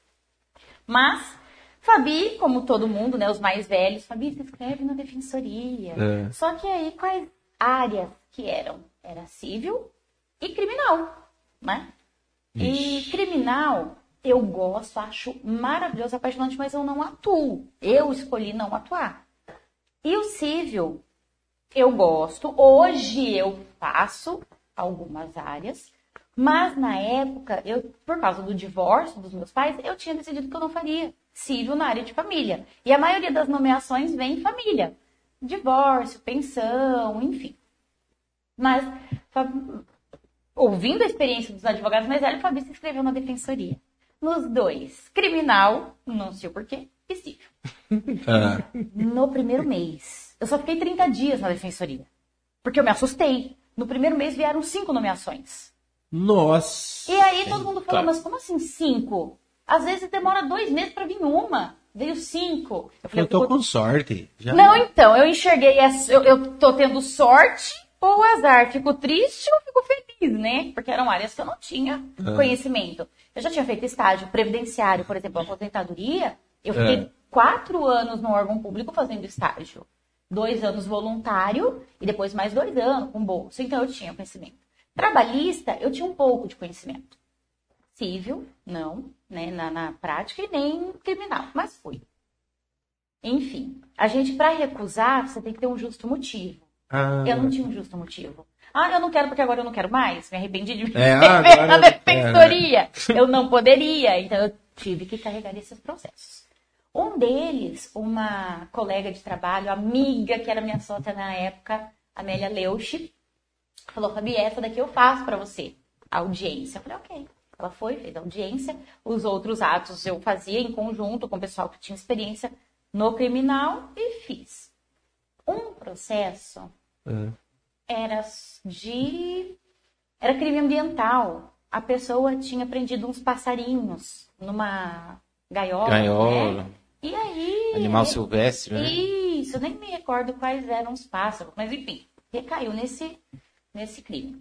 S3: Mas, Fabi, como todo mundo, né? Os mais velhos, Fabi, se inscreve na defensoria. Só que aí, quais áreas que eram? Era civil e criminal, né? E criminal, eu gosto, acho maravilhoso, apaixonante, mas eu não atuo. Eu escolhi não atuar. E o civil, eu gosto. Hoje eu faço algumas áreas, mas na época, por causa do divórcio dos meus pais, eu tinha decidido que eu não faria civil na área de família. E a maioria das nomeações vem em família. Divórcio, pensão, enfim. Mas, ouvindo a experiência dos advogados mais velhos, Fabi se inscreveu na defensoria. Nos dois, criminal, não sei o porquê, e civil. No primeiro mês, eu só fiquei 30 dias na defensoria. Porque eu me assustei. No primeiro mês vieram 5 nomeações.
S1: Nossa.
S3: E aí todo mundo falou, mas como assim 5? Às vezes demora 2 meses pra vir uma. Veio 5.
S1: Eu tô com sorte. Já...
S3: Não, então, eu enxerguei, eu tô tendo sorte ou azar. Fico triste ou fico feliz, né? Porque eram áreas que eu não tinha conhecimento. Eu já tinha feito estágio previdenciário, por exemplo, aposentadoria. Eu fiquei 4 anos no órgão público fazendo estágio. 2 anos voluntário e depois mais 2 anos com bolsa. Então eu tinha conhecimento. Trabalhista, eu tinha um pouco de conhecimento. Civil, não, né, na prática e nem criminal, mas fui. Enfim, a gente, para recusar, você tem que ter um justo motivo. Eu não tinha um justo motivo. Ah, eu não quero porque agora eu não quero mais. Me arrependi de me
S1: agora
S3: na defensoria. Eu não poderia. Então, eu tive que carregar esses processos. Um deles, uma colega de trabalho, amiga, que era minha sócia na época, Amélia Leuch, falou, Fabi, essa daqui eu faço pra você, a audiência. Eu falei, ok. Ela foi, fez a audiência. Os outros atos eu fazia em conjunto com o pessoal que tinha experiência no criminal e fiz. Um processo era crime ambiental. A pessoa tinha prendido uns passarinhos numa gaiola. Né? E aí...
S2: Animal silvestre, né?
S3: Isso, eu nem me recordo quais eram os pássaros. Mas, enfim, recaiu nesse crime.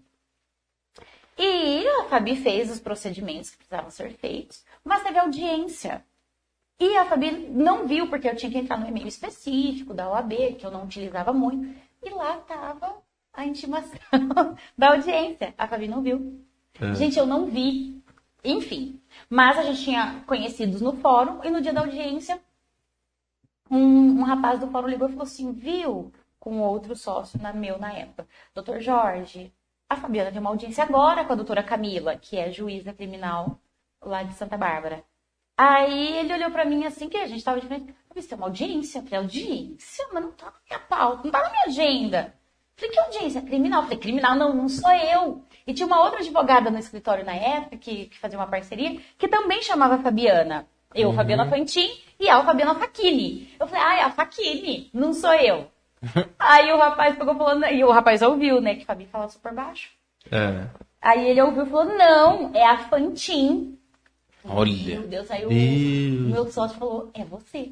S3: E a Fabi fez os procedimentos que precisavam ser feitos, mas teve audiência. E a Fabi não viu, porque eu tinha que entrar no e-mail específico da OAB, que eu não utilizava muito. E lá estava a intimação da audiência. A Fabi não viu. Gente, eu não vi. Enfim. Mas a gente tinha conhecidos no fórum, e no dia da audiência, um rapaz do fórum ligou e falou assim, viu? Com outro sócio na época. Doutor Jorge, a Fabiana tem uma audiência agora com a doutora Camila, que é juíza criminal lá de Santa Bárbara. Aí ele olhou pra mim assim, que a gente tava de frente. Você tem uma audiência? Eu falei, audiência? Mas não tá na minha pauta, não tá na minha agenda. Eu falei, que audiência? Criminal? Eu falei, criminal não sou eu. E tinha uma outra advogada no escritório na época, que fazia uma parceria, que também chamava Fabiana. Eu, Fabiana Fantin, e ela, Fabiana Facchini. Eu falei, é a Facchini, não sou eu. Aí o rapaz pegou falando, e o rapaz ouviu, né, que a Fabi falava super baixo. Aí ele ouviu e falou, não, é a Fantin.
S2: Olha.
S3: Meu Deus, aí o meu sócio falou, é você.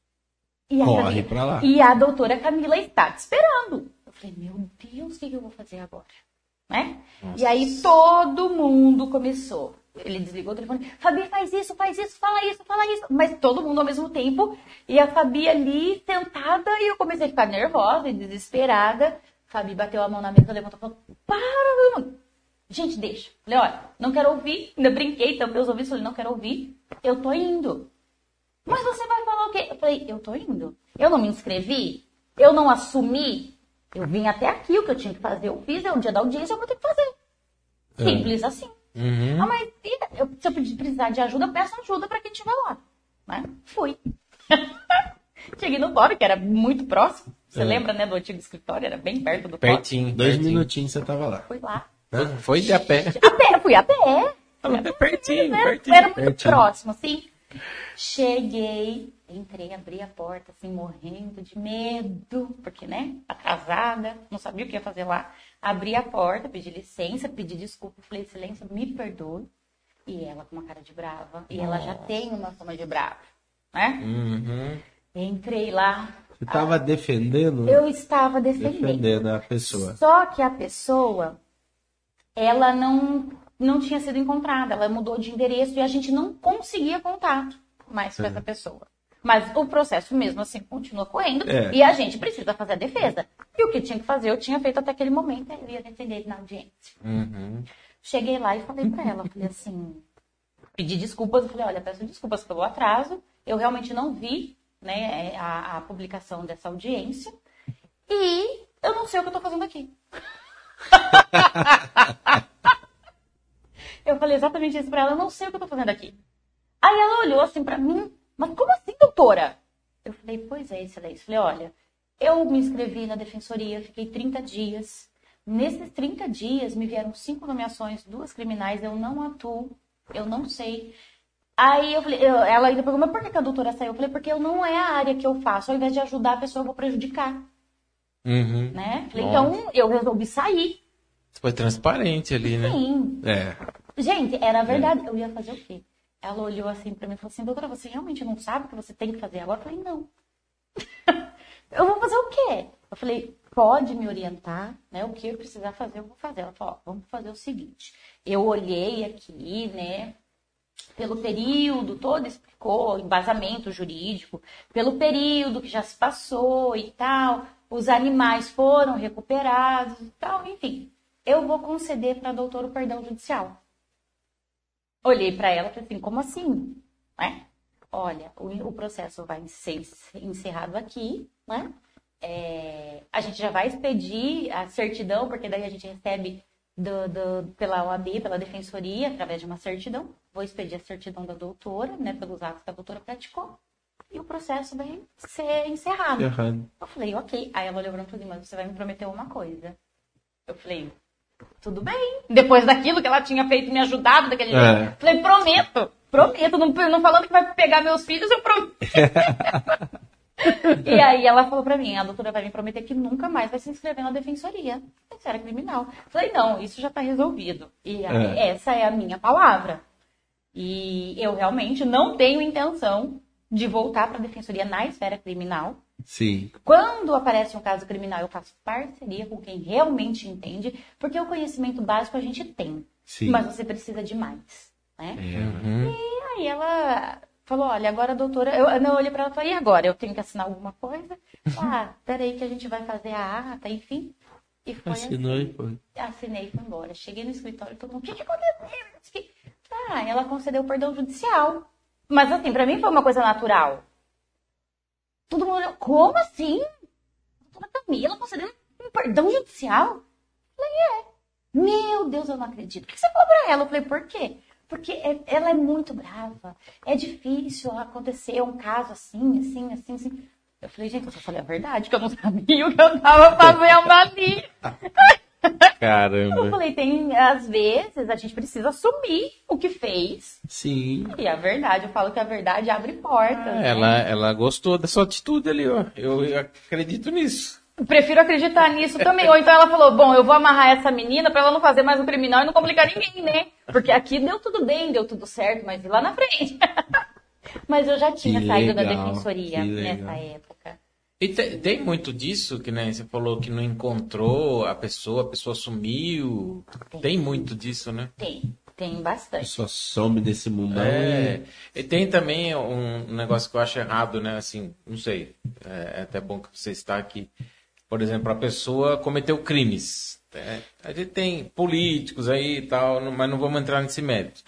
S3: E
S1: Corre pra lá.
S3: E a doutora Camila está te esperando. Eu falei, meu Deus, o que eu vou fazer agora? Né? E aí todo mundo começou. Ele desligou o telefone. Fabi, faz isso, fala isso. Mas todo mundo ao mesmo tempo. E a Fabi ali sentada. E eu comecei a ficar nervosa e desesperada. Fabi bateu a mão na mesa, levantou e falou, para, gente, deixa. Falei, olha, não quero ouvir. Ainda brinquei, tampei os ouvidos, falei, não quero ouvir. Eu tô indo. Mas você vai falar o quê? Eu falei, eu tô indo. Eu não me inscrevi. Eu não assumi. Eu vim até aqui, o que eu tinha que fazer, eu fiz, é o dia da audiência, eu vou ter que fazer. Simples assim. Mas se eu precisar de ajuda, eu peço ajuda pra quem estiver lá. Né? Fui. Cheguei no fórum, que era muito próximo. Você lembra, né, do antigo escritório? Era bem perto do fórum.
S2: Pertinho.
S1: 2 minutinhos você tava lá.
S3: Fui lá.
S2: Foi de a pé.
S3: Fui a pé.
S2: Pertinho.
S3: Era muito próximo, assim. Cheguei, entrei, abri a porta, assim, morrendo de medo, porque, né, atrasada, não sabia o que ia fazer lá. Abri a porta, pedi licença, pedi desculpa, falei, excelência, me perdoe. E ela com uma cara de brava, e ela já tem uma fama de brava, né? Entrei lá.
S1: Você estava defendendo?
S3: Eu estava defendendo
S1: a pessoa.
S3: Só que a pessoa, ela não tinha sido encontrada, ela mudou de endereço e a gente não conseguia contato mais com essa pessoa. Mas o processo mesmo assim continua correndo e a gente precisa fazer a defesa. E o que tinha que fazer, eu tinha feito até aquele momento, eu ia defender ele na audiência. Cheguei lá e falei pra ela, falei assim, pedi desculpas, eu falei, olha, peço desculpas pelo atraso, eu realmente não vi, né, a publicação dessa audiência e eu não sei o que eu tô fazendo aqui. Eu falei exatamente isso pra ela, eu não sei o que eu tô fazendo aqui. Aí ela olhou assim pra mim, mas como assim, doutora? Eu falei, pois é, excelência. Falei, olha, eu me inscrevi na defensoria, fiquei 30 dias. Nesses 30 dias me vieram 5 nomeações, 2 criminais, eu não atuo, eu não sei. Aí eu falei, ela ainda perguntou, mas por que a doutora saiu? Eu falei, porque não é a área que eu faço, ao invés de ajudar a pessoa, eu vou prejudicar. Né? Falei, então eu resolvi sair.
S2: Foi transparente ali, né?
S3: Sim. Gente, era verdade. Eu ia fazer o quê? Ela olhou assim pra mim e falou assim, doutora, você realmente não sabe o que você tem que fazer agora? Eu falei, não. Eu vou fazer o quê? Eu falei, pode me orientar, né? O que eu precisar fazer, eu vou fazer. Ela falou, vamos fazer o seguinte. Eu olhei aqui, né? Pelo período todo, explicou, embasamento jurídico, pelo período que já se passou e tal, os animais foram recuperados e tal, enfim. Eu vou conceder para a doutora o perdão judicial. Olhei para ela e falei assim, como assim? Né? Olha, o processo vai ser encerrado aqui, né? a gente já vai expedir a certidão, porque daí a gente recebe pela OAB, pela Defensoria, através de uma certidão. Vou expedir a certidão da doutora, né, pelos atos que a doutora praticou, e o processo vai ser encerrado. Eu falei, ok. Aí ela olhou pra mim e falou, mas você vai me prometer uma coisa. Eu falei, tudo bem. Depois daquilo que ela tinha feito, me ajudado daquele jeito. Falei, prometo. Não falando que vai pegar meus filhos, eu prometo. E aí ela falou pra mim, a doutora vai me prometer que nunca mais vai se inscrever na defensoria. Isso era criminal. Falei, não, isso já tá resolvido. E aí, essa é a minha palavra. E eu realmente não tenho intenção de voltar pra defensoria na esfera criminal.
S1: Sim.
S3: Quando aparece um caso criminal, eu faço parceria com quem realmente entende, porque o conhecimento básico a gente tem.
S1: Sim.
S3: Mas você precisa de mais, né? E aí ela falou, olha, agora a doutora... Eu olhei pra ela e falei, e agora? Eu tenho que assinar alguma coisa? Peraí que a gente vai fazer a ata, enfim. E foi
S1: Assinou
S3: assim.
S1: e foi.
S3: Assinei e fui embora. Cheguei no escritório e todo mundo, o que aconteceu? Ela concedeu perdão judicial. Mas assim, pra mim foi uma coisa natural. Todo mundo olhou, como assim? A doutora Camila concedendo um perdão judicial? Eu falei, Meu Deus, eu não acredito. O que você falou pra ela? Eu falei, por quê? Porque ela é muito brava. É difícil acontecer um caso assim. Eu falei, gente, eu só falei a verdade, que eu não sabia o que eu tava fazendo ali.
S2: Caramba.
S3: Eu falei, às vezes, a gente precisa assumir o que fez.
S1: Sim.
S3: E a verdade, eu falo que a verdade abre portas.
S2: Ela gostou da sua atitude ali, ó. Eu acredito nisso.
S3: Eu prefiro acreditar nisso também. Ou então ela falou, bom, eu vou amarrar essa menina pra ela não fazer mais um criminal e não complicar ninguém, né? Porque aqui deu tudo bem, deu tudo certo, mas e lá na frente? Mas eu já tinha saído da defensoria nessa época.
S2: E tem muito disso, que né, você falou que não encontrou a pessoa sumiu. Tem muito disso, né?
S3: Tem bastante.
S1: Só some desse mundão.
S2: E tem também um negócio que eu acho errado, né? Assim, não sei. É até bom que você está aqui. Por exemplo, a pessoa cometeu crimes. A gente tem políticos aí e tal, mas não vamos entrar nesse mérito.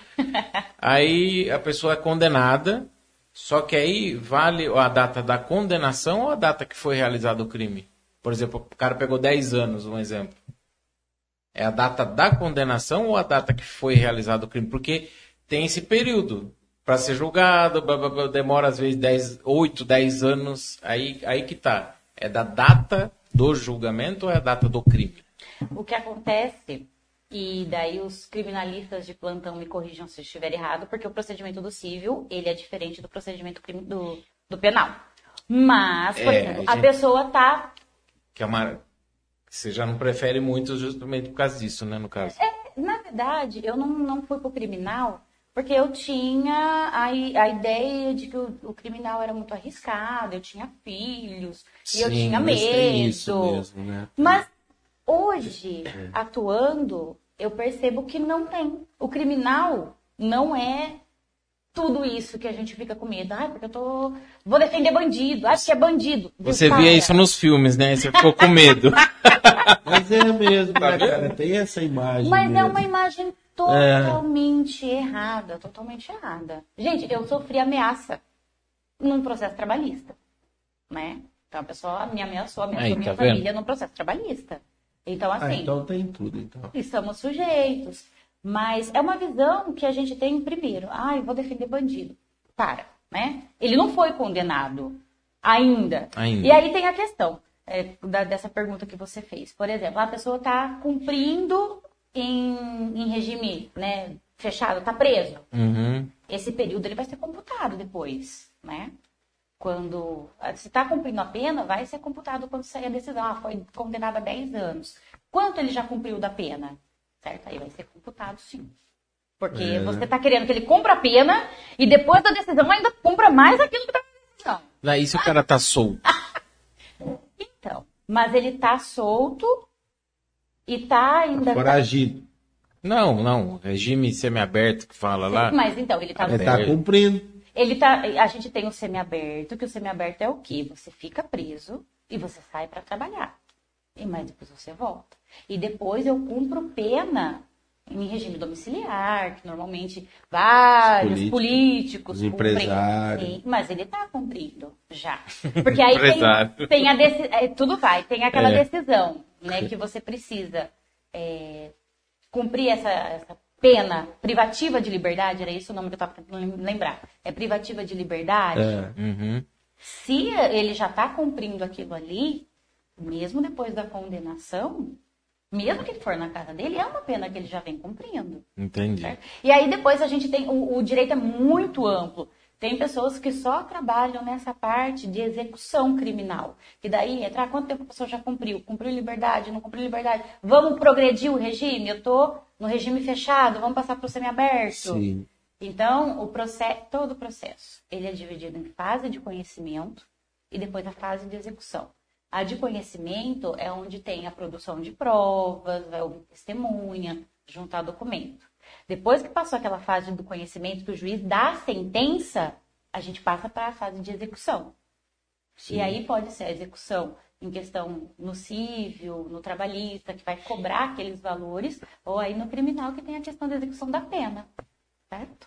S2: Aí a pessoa é condenada. Só que aí vale a data da condenação ou a data que foi realizado o crime? Por exemplo, o cara pegou 10 anos, um exemplo. É a data da condenação ou a data que foi realizado o crime? Porque tem esse período para ser julgado, demora às vezes 8, 10 anos, aí que tá. É da data do julgamento ou é a data do crime?
S3: O que acontece... E daí os criminalistas de plantão me corrijam se eu estiver errado, porque o procedimento do civil, ele é diferente do procedimento do penal. Mas, por exemplo, a pessoa tá...
S2: Que você já não prefere muito justamente por causa disso, né, no caso?
S3: Na verdade, eu não fui pro criminal, porque eu tinha a ideia de que o criminal era muito arriscado, eu tinha filhos, e eu tinha medo.
S1: Tem isso mesmo, né?
S3: Mas hoje, atuando... eu percebo que não tem. O criminal não é tudo isso que a gente fica com medo. Porque eu vou defender bandido. Porque é bandido.
S2: Você via isso nos filmes, né? Você ficou com medo.
S1: Mas é mesmo, né, cara? Tem essa imagem.
S3: Mas
S1: mesmo.
S3: é uma imagem totalmente errada. Totalmente errada. Gente, eu sofri ameaça num processo trabalhista. Né? Então a pessoa me ameaçou, ameaçou minha família num processo trabalhista. Então, assim...
S1: então tem tudo, então.
S3: Estamos sujeitos. Mas é uma visão que a gente tem primeiro. Eu vou defender bandido. Né? Ele não foi condenado ainda. E aí tem a questão dessa pergunta que você fez. Por exemplo, a pessoa está cumprindo em regime, né, fechado, está preso. Esse período ele vai ser computado depois, né? Quando se está cumprindo a pena, vai ser computado quando sair a decisão. Foi condenado a 10 anos. Quanto ele já cumpriu da pena? Certo? Aí vai ser computado, sim. Porque você está querendo que ele cumpra a pena e depois da decisão ainda cumpra mais aquilo que está na decisão.
S2: Daí se o cara tá solto.
S3: Então, mas ele tá solto e tá ainda...
S1: Foragido.
S2: Não. Regime semiaberto que fala lá.
S3: Mas então, ele tá...
S1: Ele tá cumprindo.
S3: A gente tem o semiaberto, que o semiaberto é o quê? Você fica preso e você sai para trabalhar. Mas depois você volta. E depois eu cumpro pena em regime domiciliar, que normalmente vários políticos
S1: os empresários.
S3: Sim, mas ele está cumprindo já. Porque aí tem a decisão, tudo vai, tem aquela decisão, né, que você precisa cumprir essa pena privativa de liberdade, era isso o nome que eu estava tentando lembrar. É privativa de liberdade. Se ele já está cumprindo aquilo ali, mesmo depois da condenação, mesmo que for na casa dele, é uma pena que ele já vem cumprindo.
S2: Entendi.
S3: Certo? E aí depois a gente tem, o direito é muito amplo. Tem pessoas que só trabalham nessa parte de execução criminal. E daí entra, quanto tempo a pessoa já cumpriu? Cumpriu liberdade, não cumpriu liberdade? Vamos progredir o regime? Eu estou no regime fechado, vamos passar para o semiaberto?
S1: Sim.
S3: Então, todo o processo, ele é dividido em fase de conhecimento e depois a fase de execução. A de conhecimento é onde tem a produção de provas, vai ouvir testemunha, juntar documento. Depois que passou aquela fase do conhecimento, que o juiz dá a sentença, a gente passa para a fase de execução. Sim. E aí pode ser a execução em questão no cívil, no trabalhista, que vai cobrar aqueles valores, ou aí no criminal, que tem a questão da execução da pena. Certo?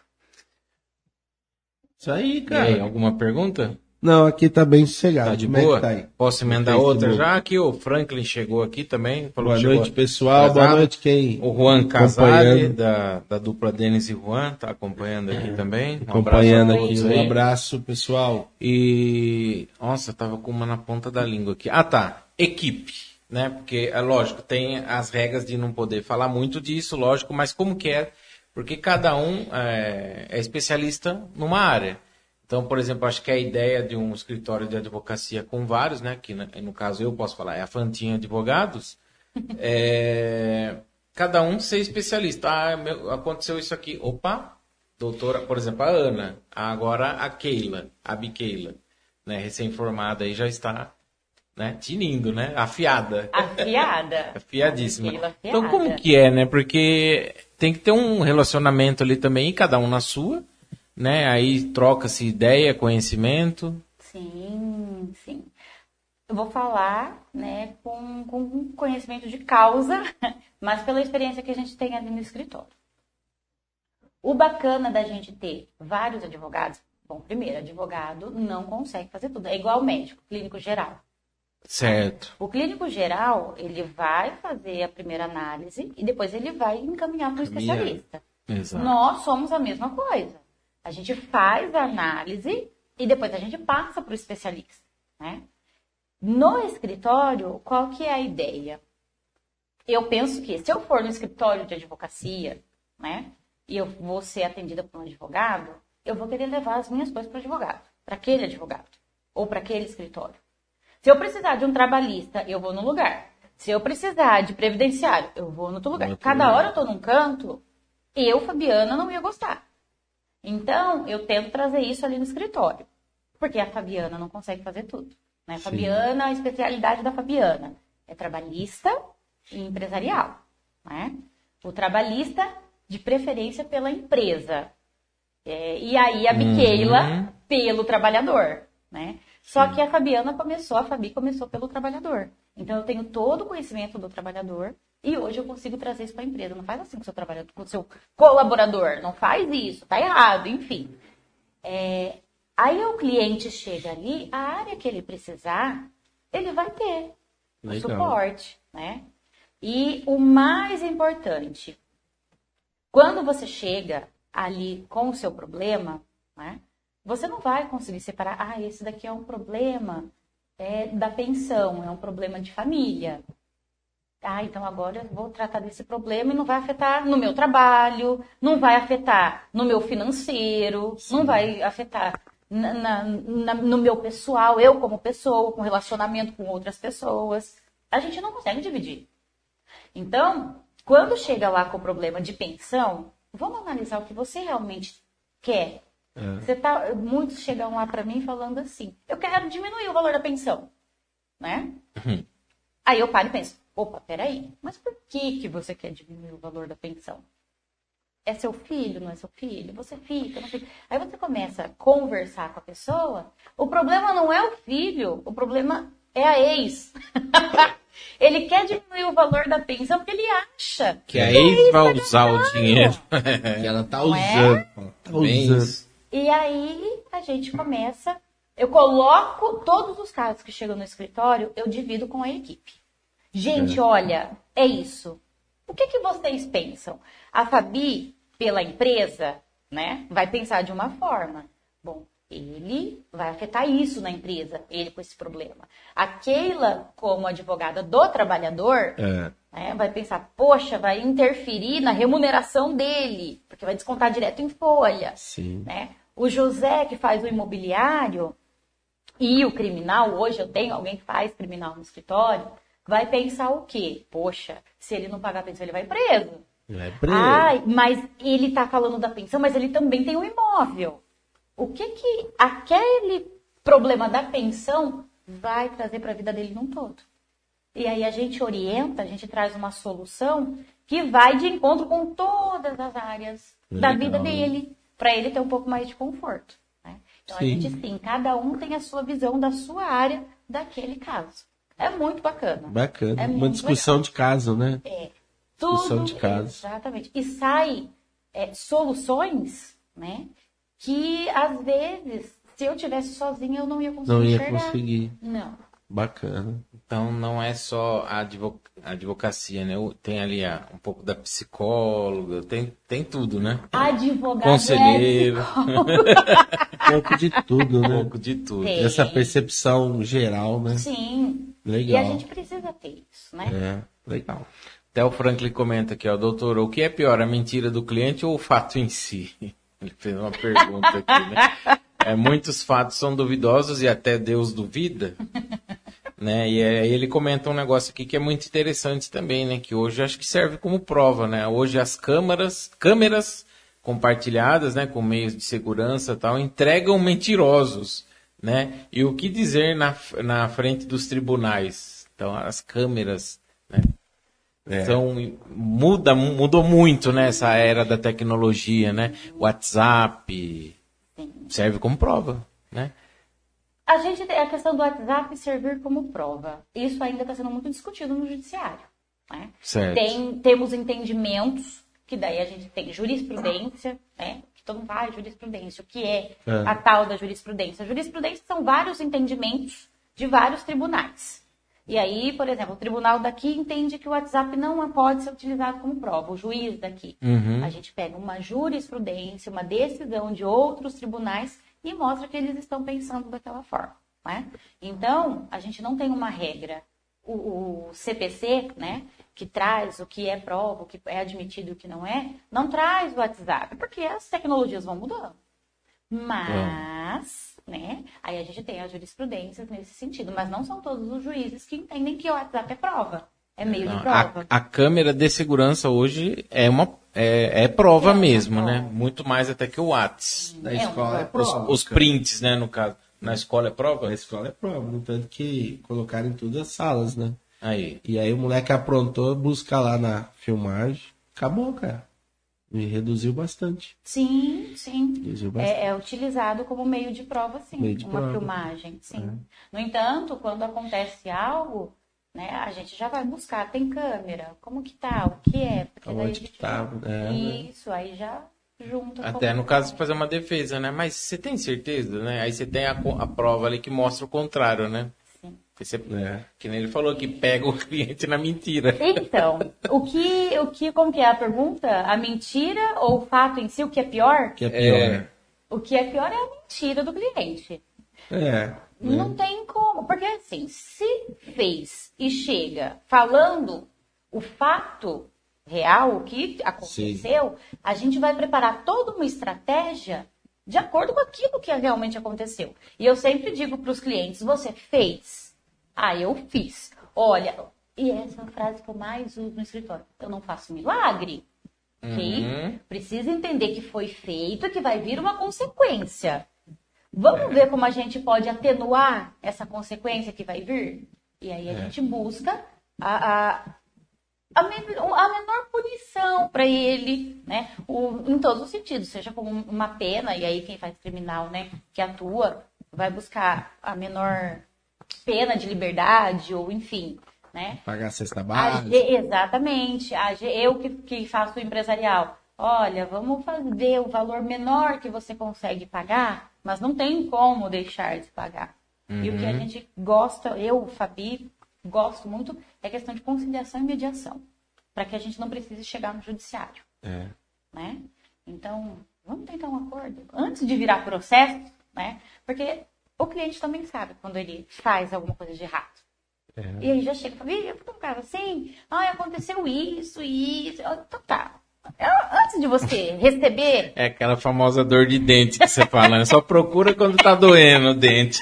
S1: Isso aí, cara.
S2: E aí, alguma pergunta?
S1: Não, aqui tá bem sossegado.
S2: Tá de
S1: Como
S2: boa?
S1: É que tá aí?
S2: Posso emendar outra já? Aqui o Franklin chegou aqui também. Falou
S1: Boa
S2: que
S1: noite,
S2: chegou
S1: pessoal.
S2: atrasado.
S1: Boa noite, quem
S2: O Juan Casale, da dupla Denis e Juan, tá acompanhando aqui também.
S1: Acompanhando aqui.
S2: Todos
S1: Um
S2: aí.
S1: abraço, pessoal.
S2: E... Nossa, eu tava com uma na ponta da língua aqui. Ah, tá. Equipe, né? Porque, é lógico, tem as regras de não poder falar muito disso, lógico, mas como que é? Porque cada um é especialista numa área. Então, por exemplo, acho que a ideia de um escritório de advocacia com vários, né, que no caso eu posso falar, é a Fantinha Advogados, cada um ser especialista. Aconteceu isso aqui. Opa, doutora, por exemplo, a Ana, agora a Keila, a Biqueila, né, recém-formada aí já está, né, tinindo, né, afiada. Afiadíssima.
S3: Afiada.
S2: Então, como que é, né, porque tem que ter um relacionamento ali também, cada um na sua, né? Aí troca-se ideia, conhecimento.
S3: Sim, sim. Eu vou falar, né, com conhecimento de causa, mas pela experiência que a gente tem ali no escritório. O bacana da gente ter vários advogados, bom, primeiro, advogado não consegue fazer tudo. É igual médico, clínico geral.
S2: Certo.
S3: O clínico geral, ele vai fazer a primeira análise e depois ele vai encaminhar para o especialista.
S2: Exato.
S3: Nós somos a mesma coisa. A gente faz a análise e depois a gente passa para o especialista, né? No escritório, qual que é a ideia? Eu penso que se eu for no escritório de advocacia, né, e eu vou ser atendida por um advogado, eu vou querer levar as minhas coisas para o advogado, para aquele advogado, ou para aquele escritório. Se eu precisar de um trabalhista, eu vou no lugar. Se eu precisar de previdenciário, eu vou no outro lugar. Cada hora eu estou num canto, eu, Fabiana, não ia gostar. Então, eu tento trazer isso ali no escritório. Porque a Fabiana não consegue fazer tudo. Né? Fabiana, a especialidade da Fabiana é trabalhista e empresarial. Né? O trabalhista, de preferência pela empresa. E aí a Biqueila pelo trabalhador. Né? Só que a Fabi começou pelo trabalhador. Então, eu tenho todo o conhecimento do trabalhador. E hoje eu consigo trazer isso para a empresa. Não faz assim com o seu trabalhador, com o seu colaborador. Não faz isso, tá errado, enfim. Aí o cliente chega ali, a área que ele precisar, ele vai ter o suporte, né? E o mais importante, quando você chega ali com o seu problema, né? Você não vai conseguir separar, esse daqui é um problema da pensão, é um problema de família. Então agora eu vou tratar desse problema e não vai afetar no meu trabalho, não vai afetar no meu financeiro, não vai afetar no meu pessoal, eu como pessoa, com relacionamento com outras pessoas. A gente não consegue dividir. Então, quando chega lá com o problema de pensão, vamos analisar o que você realmente quer. Muitos chegam lá para mim falando assim, eu quero diminuir o valor da pensão, né? Aí eu paro e penso, opa, peraí, mas por que você quer diminuir o valor da pensão? É seu filho, não é seu filho? Você fica, não fica. Aí você começa a conversar com a pessoa, o problema não é o filho, o problema é a ex. Ele quer diminuir o valor da pensão porque ele acha
S2: Que a ex vai usar o dinheiro.
S1: Que ela tá
S3: Não
S1: usando.
S3: é?
S1: Tá
S2: Bem
S1: usando.
S2: isso.
S3: E aí a gente começa. Eu coloco todos os casos que chegam no escritório, eu divido com a equipe. Gente, olha, é isso. O que vocês pensam? A Fabi, pela empresa, né, vai pensar de uma forma. Bom, ele vai afetar isso na empresa, ele com esse problema. A Keila, como advogada do trabalhador, né, vai pensar, poxa, vai interferir na remuneração dele, porque vai descontar direto em folha.
S1: Sim.
S3: Né? O José, que faz o imobiliário, e o criminal, hoje eu tenho alguém que faz criminal no escritório, vai pensar o quê? Poxa, se ele não pagar a pensão, ele vai preso.
S1: É preso.
S3: Ai, mas ele tá falando da pensão, mas ele também tem um imóvel. O que aquele problema da pensão vai trazer para a vida dele num todo? E aí a gente orienta, a gente traz uma solução que vai de encontro com todas as áreas da vida dele, para ele ter um pouco mais de conforto. Né? Então,
S1: Sim.
S3: a gente, sim, cada um tem a sua visão da sua área daquele caso. É muito bacana.
S1: Bacana.
S3: É
S1: Uma
S3: muito
S1: discussão de caso, né?
S3: É.
S1: Discussão
S3: Tudo,
S1: de caso.
S3: exatamente. E sai soluções, né? Que, às vezes, se eu tivesse sozinha, eu não ia conseguir
S1: Não ia
S3: enxergar.
S1: conseguir.
S3: Não.
S1: Bacana.
S2: Então não é só a advocacia, né? Tem ali um pouco da psicóloga, tem tudo, né?
S3: Advogado
S2: Conselheiro.
S1: Um pouco de tudo,
S2: Um
S1: né?
S2: pouco de tudo.
S3: Tem.
S1: Essa percepção geral, né?
S3: Sim.
S1: Legal.
S3: E a gente precisa ter isso, né?
S1: Legal.
S2: Até o Franklin comenta aqui, ó, doutor, o que é pior, a mentira do cliente ou o fato em si? Ele fez uma pergunta aqui, né? Muitos fatos são duvidosos e até Deus duvida, né? E aí ele comenta um negócio aqui que é muito interessante também, né? Que hoje acho que serve como prova, né? Hoje as câmeras compartilhadas, né? Com meios de segurança e tal, entregam mentirosos, né? E o que dizer na frente dos tribunais? Então as câmeras, né? Então, mudou muito, né, essa era da tecnologia, né? WhatsApp serve como prova, né?
S3: A gente tem a questão do WhatsApp servir como prova. Isso ainda está sendo muito discutido no judiciário. Né?
S2: Certo.
S3: Temos entendimentos, que daí a gente tem jurisprudência, né? Que todo mundo fala jurisprudência. O que é a tal da jurisprudência? A jurisprudência são vários entendimentos de vários tribunais. E aí, por exemplo, o tribunal daqui entende que o WhatsApp não pode ser utilizado como prova, o juiz daqui. A gente pega uma jurisprudência, uma decisão de outros tribunais e mostra que eles estão pensando daquela forma. Né? Então, a gente não tem uma regra. O CPC, né, que traz o que é prova, o que é admitido e o que não traz o WhatsApp, porque as tecnologias vão mudando. Mas... né? Aí a gente tem as jurisprudências nesse sentido, mas não são todos os juízes que entendem que o WhatsApp é prova, é meio de prova.
S2: A câmera de segurança hoje é prova mesmo, né? Muito mais até que o WhatsApp.
S1: Na escola é prova.
S2: Os prints, né, no caso. Na escola é prova?
S1: Na escola é prova, no tanto que colocaram em todas as salas, né?
S2: Aí.
S1: E aí o moleque aprontou, busca lá na filmagem, acabou, cara. E reduziu bastante.
S3: Sim, sim.
S1: Reduziu bastante.
S3: É utilizado como meio de prova, sim.
S1: Meio de
S3: uma
S1: prova.
S3: filmagem, sim. No entanto, quando acontece algo, né, a gente já vai buscar. Tem câmera? Como que tá? O que é? Porque daí a
S1: Onde
S3: gente
S1: que tá?
S3: Isso, aí já junta.
S2: Até
S3: como
S2: no caso de
S3: prova.
S2: fazer uma defesa, né? Mas você tem certeza, né? Aí você tem a prova ali que mostra o contrário, né?
S3: Sim.
S2: Você, que nem ele falou, que pega o cliente na mentira.
S3: Então, como que é a pergunta? A mentira ou o fato em si, o que é pior?
S1: Que é pior.
S3: O que é pior é a mentira do cliente.
S1: Né?
S3: Não tem como. Porque assim, se fez e chega falando o fato real, o que aconteceu, a gente vai preparar toda uma estratégia de acordo com aquilo que realmente aconteceu. E eu sempre digo para os clientes, você fez? Ah, eu fiz. Olha, e essa é a frase que eu mais uso no escritório. Eu não faço milagre. Ok? Precisa entender que foi feito e que vai vir uma consequência. Vamos ver como a gente pode atenuar essa consequência que vai vir? E aí a gente busca a menor punição para ele, né? Em todos os sentidos, seja como uma pena, e aí quem faz criminal, né, que atua, vai buscar a menor pena de liberdade, ou enfim, né?
S1: Pagar a cesta
S3: A
S1: básica.
S3: exatamente. Eu que faço o empresarial. Olha, vamos fazer o valor menor que você consegue pagar, mas não tem como deixar de pagar. E o que a gente gosta, eu, Fabi, gosto muito, é a questão de conciliação e mediação. Para que a gente não precise chegar no judiciário. Né? Então, vamos tentar um acordo. Antes de virar processo, né? Porque o cliente também sabe quando ele faz alguma coisa de errado. E aí já chega e fala, eu tô um cara assim, aconteceu isso. Então tá. Antes de você receber...
S2: É aquela famosa dor de dente que você fala, né? Só procura quando tá doendo o dente.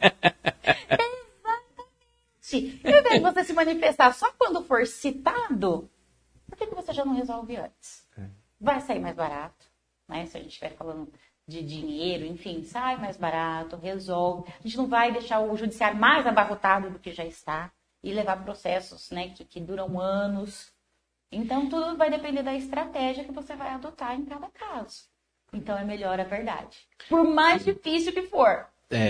S3: Exatamente. E ao invés de você se manifestar só quando for citado, por que você já não resolve antes? Vai sair mais barato, né? Se a gente estiver falando de dinheiro, enfim, sai mais barato, resolve. A gente não vai deixar o judiciário mais abarrotado do que já está e levar processos, né, que duram anos. Então, tudo vai depender da estratégia que você vai adotar em cada caso. Então, é melhor a verdade. Por mais difícil que for.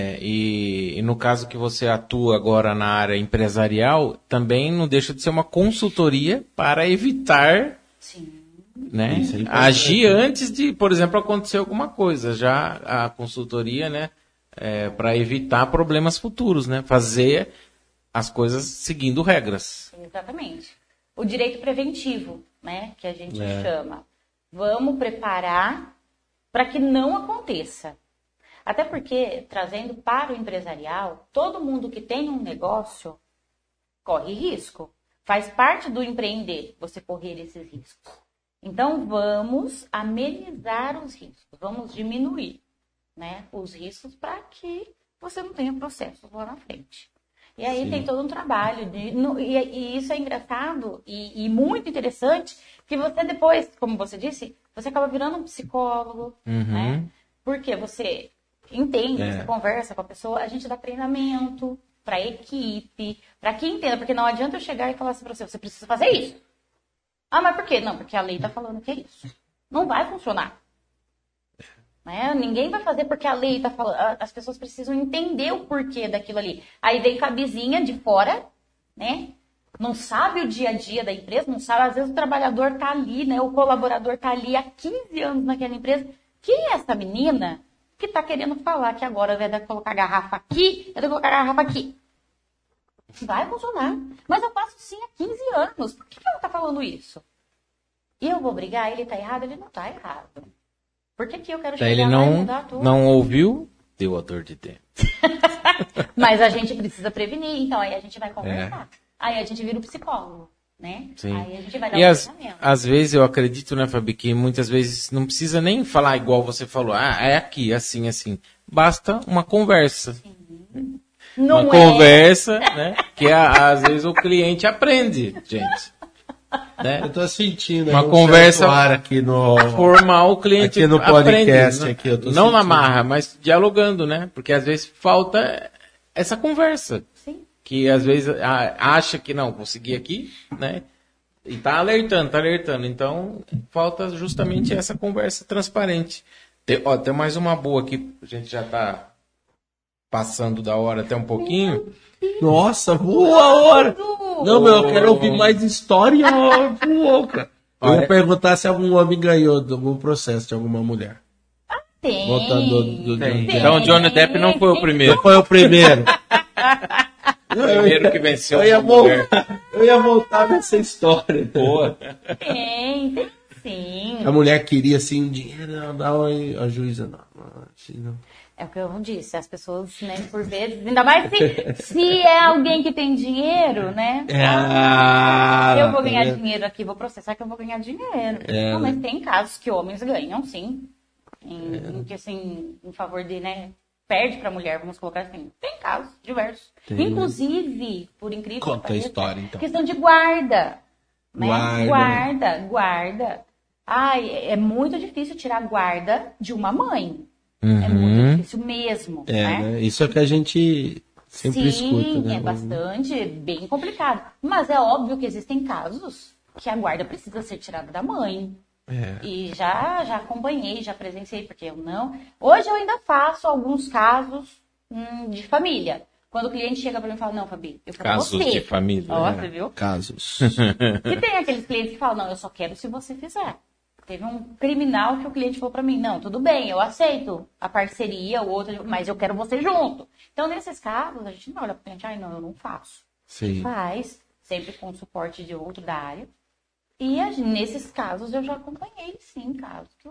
S2: E no caso que você atua agora na área empresarial, também não deixa de ser uma consultoria para evitar...
S3: Sim.
S2: Né? Agir antes de, por exemplo, acontecer alguma coisa. Já a consultoria, né, para evitar problemas futuros, né? Fazer as coisas seguindo regras.
S3: Exatamente. O direito preventivo, né, que a gente chama. Vamos preparar para que não aconteça. Até porque, trazendo para o empresarial, todo mundo que tem um negócio corre risco. Faz parte do empreender você correr esses riscos. Então, vamos amenizar os riscos, vamos diminuir, né, os riscos para que você não tenha processos lá na frente. E aí tem todo um trabalho, e isso é engraçado e muito interessante, que você depois, como você disse, você acaba virando um psicólogo, né? Porque você entende, você conversa com a pessoa, a gente dá treinamento para a equipe, para que entenda, porque não adianta eu chegar e falar assim para você, você precisa fazer isso. Mas por quê? Não, porque a lei está falando que é isso. Não vai funcionar. Né? Ninguém vai fazer porque a lei está falando. As pessoas precisam entender o porquê daquilo ali. Aí vem Fabizinha de fora, né? Não sabe o dia a dia da empresa, não sabe. Às vezes o trabalhador está ali, né? O colaborador está ali há 15 anos naquela empresa. Quem é essa menina que está querendo falar que agora vai dar colocar a garrafa aqui, eu vou colocar a garrafa aqui? Vai funcionar. Mas eu faço sim há 15 anos. Por que ela tá falando isso? E eu vou brigar? Ele tá errado? Ele não tá errado. Por que eu quero chegar
S2: ele
S3: lá e mudar tudo?
S2: não ouviu, deu a dor de dente.
S3: Mas a gente precisa prevenir. Então, aí a gente vai conversar. Aí a gente vira o psicólogo, né?
S2: Sim.
S3: Aí a gente vai dar
S2: E
S3: tratamento.
S2: às vezes eu acredito, né, Fabi, que muitas vezes não precisa nem falar igual você falou. É aqui, assim, assim. Basta uma conversa.
S3: Sim.
S2: Uma conversa, né? Que às vezes o cliente aprende, gente. Né?
S1: Eu tô sentindo
S2: uma conversa
S1: aqui no
S2: formal, o cliente
S1: aqui no podcast,
S2: aprende.
S1: aqui eu tô
S2: não
S1: sentindo.
S2: na marra, mas dialogando, né? Porque às vezes falta essa conversa.
S3: Sim.
S2: Que às vezes acha que não, consegui aqui, né? E tá alertando. Então, falta justamente essa conversa transparente. Tem mais uma boa aqui, a gente já tá passando da hora até um pouquinho.
S1: Nossa, voa a hora! Não, meu, eu quero ouvir mais história. Voou, cara. Eu ia perguntar se algum homem ganhou de algum processo de alguma mulher.
S3: Tem.
S1: Voltando
S3: Tem.
S2: Então, o Johnny Depp não foi o primeiro.
S1: Não foi o primeiro.
S2: Primeiro que venceu.
S1: Eu ia voltar nessa história.
S2: Boa.
S3: Tem sim.
S1: A mulher queria, assim, dinheiro, não dá a juíza, não. Assim, não.
S3: É o que eu disse, as pessoas, né, por vezes, ainda mais se é alguém que tem dinheiro, né? Eu vou ganhar dinheiro aqui, vou processar que eu vou ganhar dinheiro. Não, mas tem casos que homens ganham, sim. Que, assim, em favor de, né, perde pra mulher, vamos colocar assim. Tem casos diversos. Inclusive, por incrível que
S1: Conta a história, então.
S3: questão de guarda. Né?
S1: Guarda.
S3: Ai, é muito difícil tirar guarda de uma mãe. É muito difícil mesmo, né?
S1: Isso é o que a gente sempre escuta, né?
S3: É bastante, bem complicado. Mas é óbvio que existem casos que a guarda precisa ser tirada da mãe. E já acompanhei, já presenciei, porque eu não... Hoje eu ainda faço alguns casos de família. Quando o cliente chega para mim e fala, não, Fabi, eu quero
S2: Casos
S3: você.
S2: de família.
S3: Ó,
S2: né?
S3: você viu?
S1: Casos.
S3: E tem aqueles clientes que falam, não, eu só quero se você fizer. Teve um criminal que o cliente falou para mim, não, tudo bem, eu aceito a parceria, o outro, mas eu quero você junto. Então, nesses casos, a gente não olha para o cliente, ai, não, eu não faço.
S1: Sim.
S3: Faz, sempre com o suporte de outro da área. E nesses casos, eu já acompanhei, sim, casos que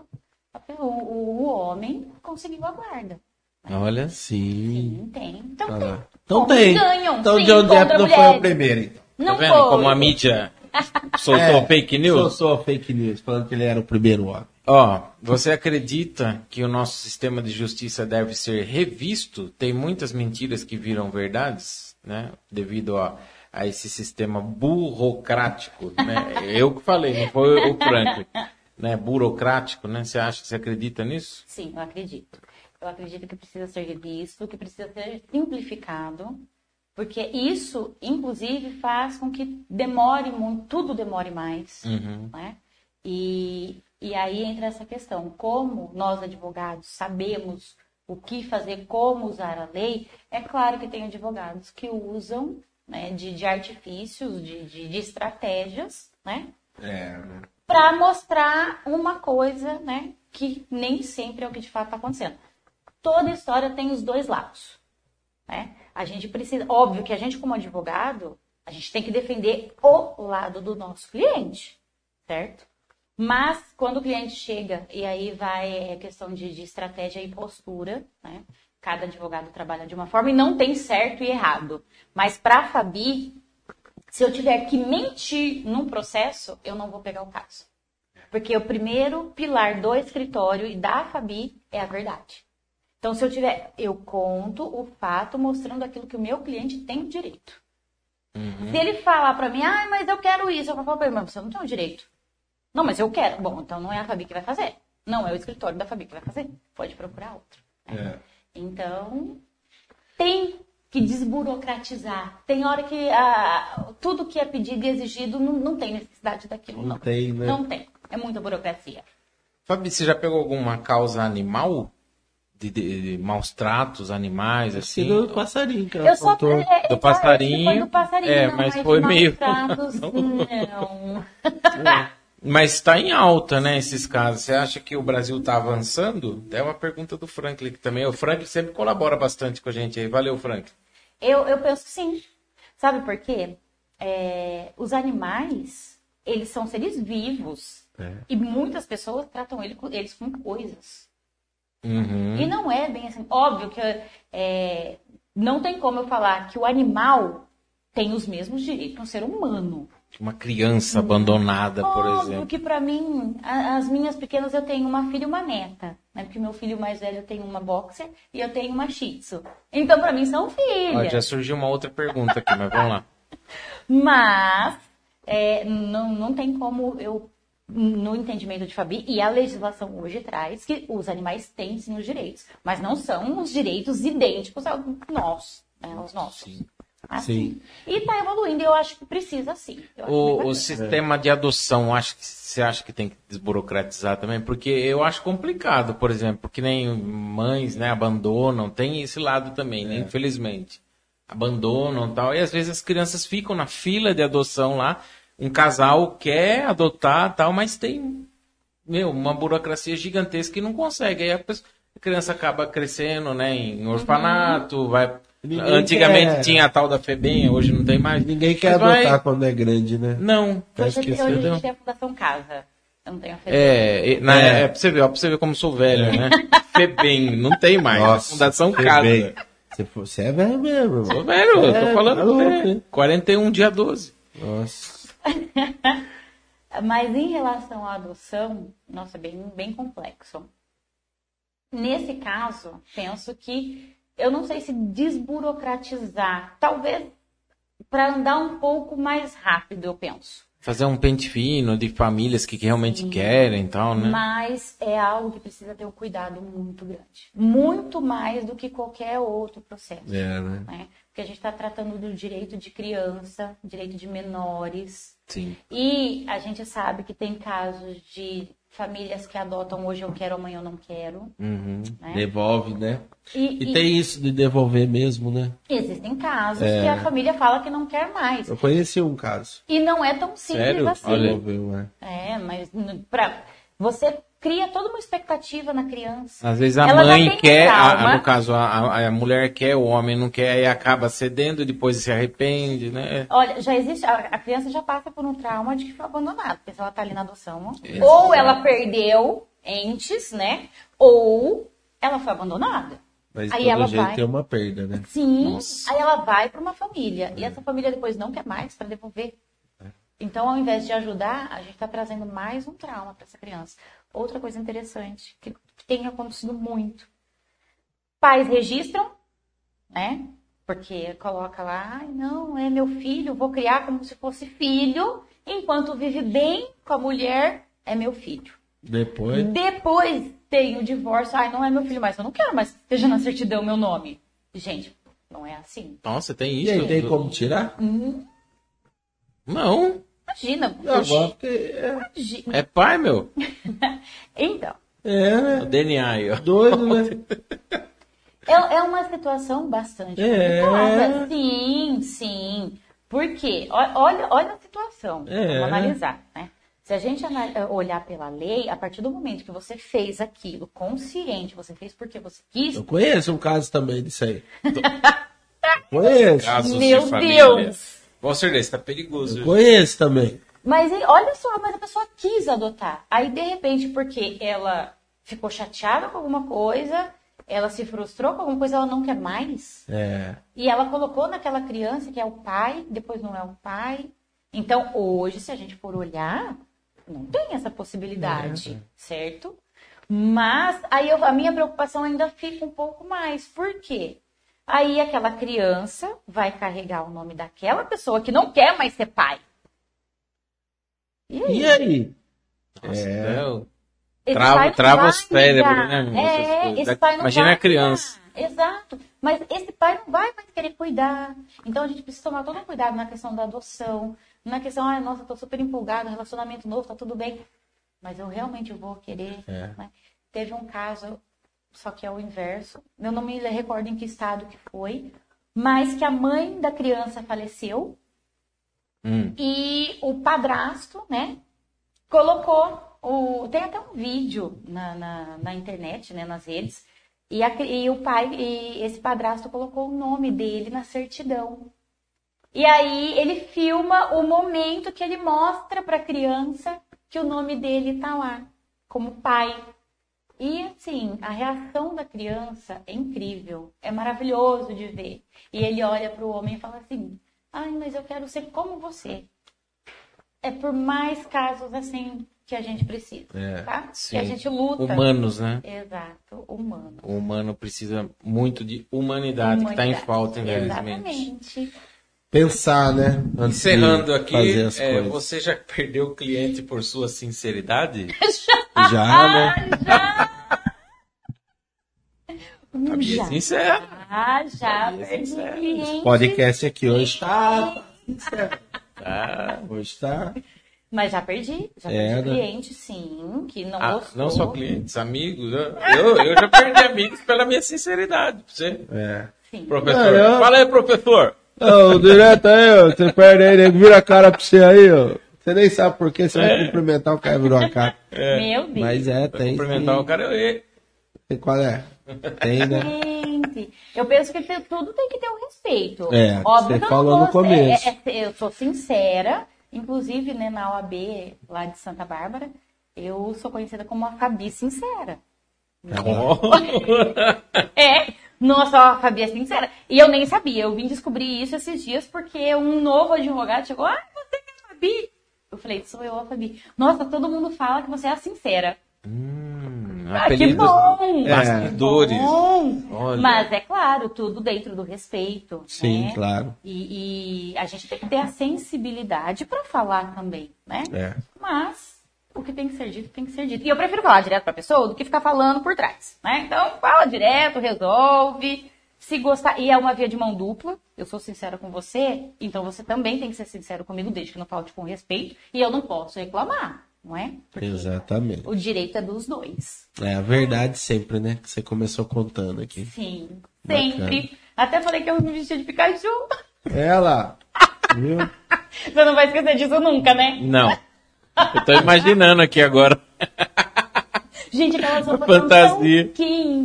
S3: o homem conseguiu a guarda.
S2: Olha.
S1: Sim.
S3: Sim, tem. Então,
S1: Ah
S3: tem.
S1: lá. Então
S3: Homens
S1: tem.
S3: ganham,
S1: Então
S3: sim,
S1: John Depp
S3: contra
S1: não foi o
S3: mulheres.
S1: primeiro, então.
S3: Não
S2: Tá vendo
S3: foi.
S2: como a mídia soltou fake news?
S1: Soltou fake news, falando que ele era o primeiro homem.
S2: Ó, você acredita que o nosso sistema de justiça deve ser revisto? Tem muitas mentiras que viram verdades, né? Devido a esse sistema burocrático, né? Eu que falei, não foi o Franklin, né? Burocrático, né? Você acredita nisso?
S3: Sim, eu acredito. Eu acredito que precisa ser revisto, que precisa ser simplificado, porque isso, inclusive, faz com que demore muito, tudo demore mais, né? E aí entra essa questão, como nós advogados sabemos o que fazer, como usar a lei, é claro que tem advogados que usam, né, de artifícios, de estratégias, né? Para mostrar uma coisa, né, que nem sempre é o que de fato está acontecendo. Toda história tem os dois lados, né? A gente precisa, óbvio que a gente como advogado, a gente tem que defender o lado do nosso cliente, certo? Mas quando o cliente chega, e aí vai questão de estratégia e postura, né? Cada advogado trabalha de uma forma e não tem certo e errado. Mas para a Fabi, se eu tiver que mentir num processo, eu não vou pegar o caso. Porque o primeiro pilar do escritório e da Fabi é a verdade. Então, se eu conto o fato mostrando aquilo que o meu cliente tem o direito. Se ele falar para mim, mas eu quero isso, eu vou falar para ele, mas você não tem o direito. Não, mas eu quero. Bom, então não é a Fabi que vai fazer. Não é o escritório da Fabi que vai fazer. Pode procurar outro. Então, tem que desburocratizar. Tem hora que tudo que é pedido e exigido não tem necessidade daquilo.
S1: Não tem, né?
S3: Não tem. É muita burocracia.
S2: Fabi, você já pegou alguma causa animal? De maus tratos, animais, assim?
S1: Do passarinho, que ela
S3: Eu só
S1: contou.
S2: Do passarinho.
S3: Foi do passarinho, não,
S2: mas foi meio.
S3: tratos, não.
S2: Mas está em alta, né, esses casos. Você acha que o Brasil está avançando? É uma pergunta do Franklin que também. O Franklin sempre colabora bastante com a gente aí. Valeu, Franklin.
S3: Eu penso que sim. Sabe por quê? Os animais, eles são seres vivos. E muitas pessoas tratam eles como coisas. E não é bem assim. Óbvio que não tem como eu falar que o animal tem os mesmos direitos que um ser humano.
S2: Uma criança abandonada, por exemplo.
S3: Óbvio que pra mim, as minhas pequenas, eu tenho uma filha e uma neta. Né? Porque meu filho mais velho tem uma boxer e eu tenho uma shih tzu. Então, pra mim, são filhas.
S2: Ó, já surgiu uma outra pergunta aqui, mas vamos lá.
S3: Mas não tem como eu, no entendimento de Fabi, e a legislação hoje traz que os animais têm sim os direitos, mas não são os direitos idênticos aos nossos.
S2: Sim.
S3: Assim. E está evoluindo, eu acho que precisa sim.
S2: O sistema de adoção, você acha que tem que desburocratizar também? Porque eu acho complicado, por exemplo, que nem mães, né, abandonam, tem esse lado também, né, infelizmente. Abandonam e tal, e às vezes as crianças ficam na fila de adoção lá, um casal quer adotar tal, mas tem uma burocracia gigantesca e não consegue. Aí a criança acaba crescendo, né, em orfanato, vai... Antigamente tinha a tal da FEBEM, hoje não tem mais.
S1: Ninguém quer adotar quando é grande, né?
S2: Não.
S3: Hoje a gente tem a Fundação Casa. Eu não tenho a FEBEM.
S2: Pra você ver como sou velho, né? FEBEM, não tem mais.
S1: Nossa,
S2: Fundação
S1: FEBEM.
S2: Casa.
S1: Você é velho mesmo, irmão.
S2: Sou velho, eu tô falando.
S1: Tá louco, né?
S2: 41, dia 12.
S1: Nossa.
S3: Mas em relação à adoção, nossa, é bem complexo. Nesse caso, penso que eu não sei se desburocratizar, talvez para andar um pouco mais rápido, eu penso.
S2: Fazer um pente fino de famílias que realmente querem e tal, né?
S3: Mas é algo que precisa ter um cuidado muito grande. Muito mais do que qualquer outro processo.
S1: Né?
S3: Né? Porque a gente está tratando do direito de criança, direito de menores,
S2: Sim.
S3: E a gente sabe que tem casos de famílias que adotam hoje eu quero, amanhã eu não quero.
S2: Uhum.
S3: Né?
S1: Devolve, né?
S3: E
S1: tem isso de devolver mesmo, né?
S3: existem casos que a família fala que não quer mais.
S1: Eu conheci um caso.
S3: E não é tão simples
S2: Sério?
S3: assim.
S2: Olha.
S1: Devolveu, né?
S3: Mas você cria toda uma expectativa na criança.
S2: Às vezes a
S3: Ela já
S2: mãe
S3: tem
S2: quer,
S3: trauma.
S2: no caso, a mulher quer, o homem não quer, e acaba cedendo e depois se arrepende, né?
S3: Olha, já existe, a criança já passa por um trauma de que foi abandonada, porque se ela tá ali na adoção,
S2: Exato.
S3: ou ela perdeu entes, né? Ou ela foi abandonada.
S1: Mas
S3: Aí
S1: todo
S3: ela
S1: jeito
S3: vai.
S1: tem uma perda, né?
S3: Sim,
S2: Nossa.
S3: aí ela vai para uma família. E essa família depois não quer mais para devolver. Então, ao invés de ajudar, a gente está trazendo mais um trauma para essa criança. Outra coisa interessante, que tem acontecido muito. Pais registram, né? Porque coloca lá, não, é meu filho, vou criar como se fosse filho, enquanto vive bem com a mulher, é meu filho. Depois tem o divórcio, não é meu filho mais, eu não quero mais que esteja na certidão meu nome. Gente, não é assim.
S2: Nossa, tem
S1: E
S2: isso?
S1: aí, tem como tirar?
S2: Não.
S3: Imagina.
S1: Agora, porque
S3: Imagina.
S2: É pai, meu.
S3: Então,
S1: né?
S2: O DNA aí, ó.
S1: Doido, né?
S3: é uma situação bastante complicada. Sim. Por quê? Olha a situação. Vamos analisar, né? Se a gente olhar pela lei, a partir do momento que você fez aquilo consciente, você fez porque você quis.
S1: Eu conheço um caso também disso aí. Conheço.
S2: Casos
S3: Meu
S2: de família.
S3: Deus!
S2: Walter, esse tá perigoso.
S1: Eu conheço também.
S3: Mas olha só, mas a pessoa quis adotar. Aí, de repente, porque ela ficou chateada com alguma coisa, ela se frustrou com alguma coisa, ela não quer mais. E ela colocou naquela criança que é o pai, depois não é o pai. Então, hoje, se a gente for olhar, não tem essa possibilidade, certo? Mas aí a minha preocupação ainda fica um pouco mais. Por quê? Aí aquela criança vai carregar o nome daquela pessoa que não quer mais ser pai.
S1: E aí?
S2: Nossa,
S3: Esse pai não
S2: trava
S3: vai
S2: o cérebro,
S3: ligar.
S2: né? Essas coisas.
S3: Esse pai não
S2: Imagina
S3: vai
S2: a criança.
S3: ligar. Exato. Mas esse pai não vai mais querer cuidar. Então a gente precisa tomar todo um cuidado na questão da adoção. Na questão, nossa, tô super empolgada, relacionamento novo, tá tudo bem. Mas eu realmente vou querer. Né? Teve um caso, só que é o inverso. Eu não me recordo em que estado que foi. Mas que a mãe da criança faleceu. E o padrasto, né, colocou, tem até um vídeo na internet, né, nas redes, e o pai, e esse padrasto colocou o nome dele na certidão. E aí ele filma o momento que ele mostra para a criança que o nome dele tá lá, como pai. E assim, a reação da criança é incrível, é maravilhoso de ver. E ele olha para o homem e fala assim: ai, mas eu quero ser como você. É por mais casos assim que a gente precisa, tá?
S2: Sim.
S3: Que a gente luta.
S2: Humanos, né?
S3: Exato, humano.
S2: O humano precisa muito de humanidade, que está em falta, infelizmente.
S3: Exatamente.
S1: Pensar, né? Antes de
S2: Encerrando aqui,
S1: fazer as coisas.
S2: você já perdeu o cliente por sua sinceridade?
S1: Já, né?
S2: Sabia sincero.
S3: Já perdi cliente.
S1: Podcast aqui hoje tá. Hoje tá.
S3: Mas já perdi
S1: né?
S3: cliente, sim, que não gostou.
S2: Não só clientes, amigos. Eu já perdi amigos pela minha sinceridade. Você.
S3: Sim.
S2: Professor. Fala aí, professor.
S1: Direto aí, ó. Você perde aí, nego, vira a cara pra você aí, ó. Você nem sabe por que você vai cumprimentar o cara virou a cara.
S3: Meu Deus.
S1: Mas tem.
S2: Cumprimentar o cara,
S1: Qual é? Tem, né?
S3: Gente, eu penso que tudo tem que ter um respeito.
S1: Óbvio
S3: Óbvio
S1: você
S3: que
S1: falou no começo.
S3: Eu sou sincera, inclusive, né, na OAB lá de Santa Bárbara, eu sou conhecida como a Fabi Sincera. Nossa, a Fabi é sincera. E eu nem sabia, eu vim descobrir isso esses dias porque um novo advogado chegou, você que é a Fabi? Eu falei, sou eu, a Fabi. Nossa, todo mundo fala que você é a sincera. Que bom!
S2: Bastidores.
S3: Que bom.
S2: Olha.
S3: Mas é claro, tudo dentro do respeito.
S1: Sim,
S3: né?
S1: claro.
S3: E a gente tem que ter a sensibilidade para falar também, né? Mas o que tem que ser dito, tem que ser dito. E eu prefiro falar direto para a pessoa do que ficar falando por trás, né? Então, fala direto, resolve, Se gostar, e é uma via de mão dupla, eu sou sincera com você, então você também tem que ser sincero comigo, desde que não falte com respeito, e eu não posso reclamar, não é? Porque
S1: Exatamente.
S3: o direito é dos dois.
S1: É a verdade sempre, né? Que você começou contando aqui.
S3: Sim,
S1: Bacana.
S3: sempre. Até falei que eu me vestia de Pikachu.
S1: Ela, viu?
S3: Você não vai esquecer disso nunca, né?
S2: Não. Eu tô imaginando aqui agora.
S3: Gente, aquelas roupas
S2: fantasia.
S3: tão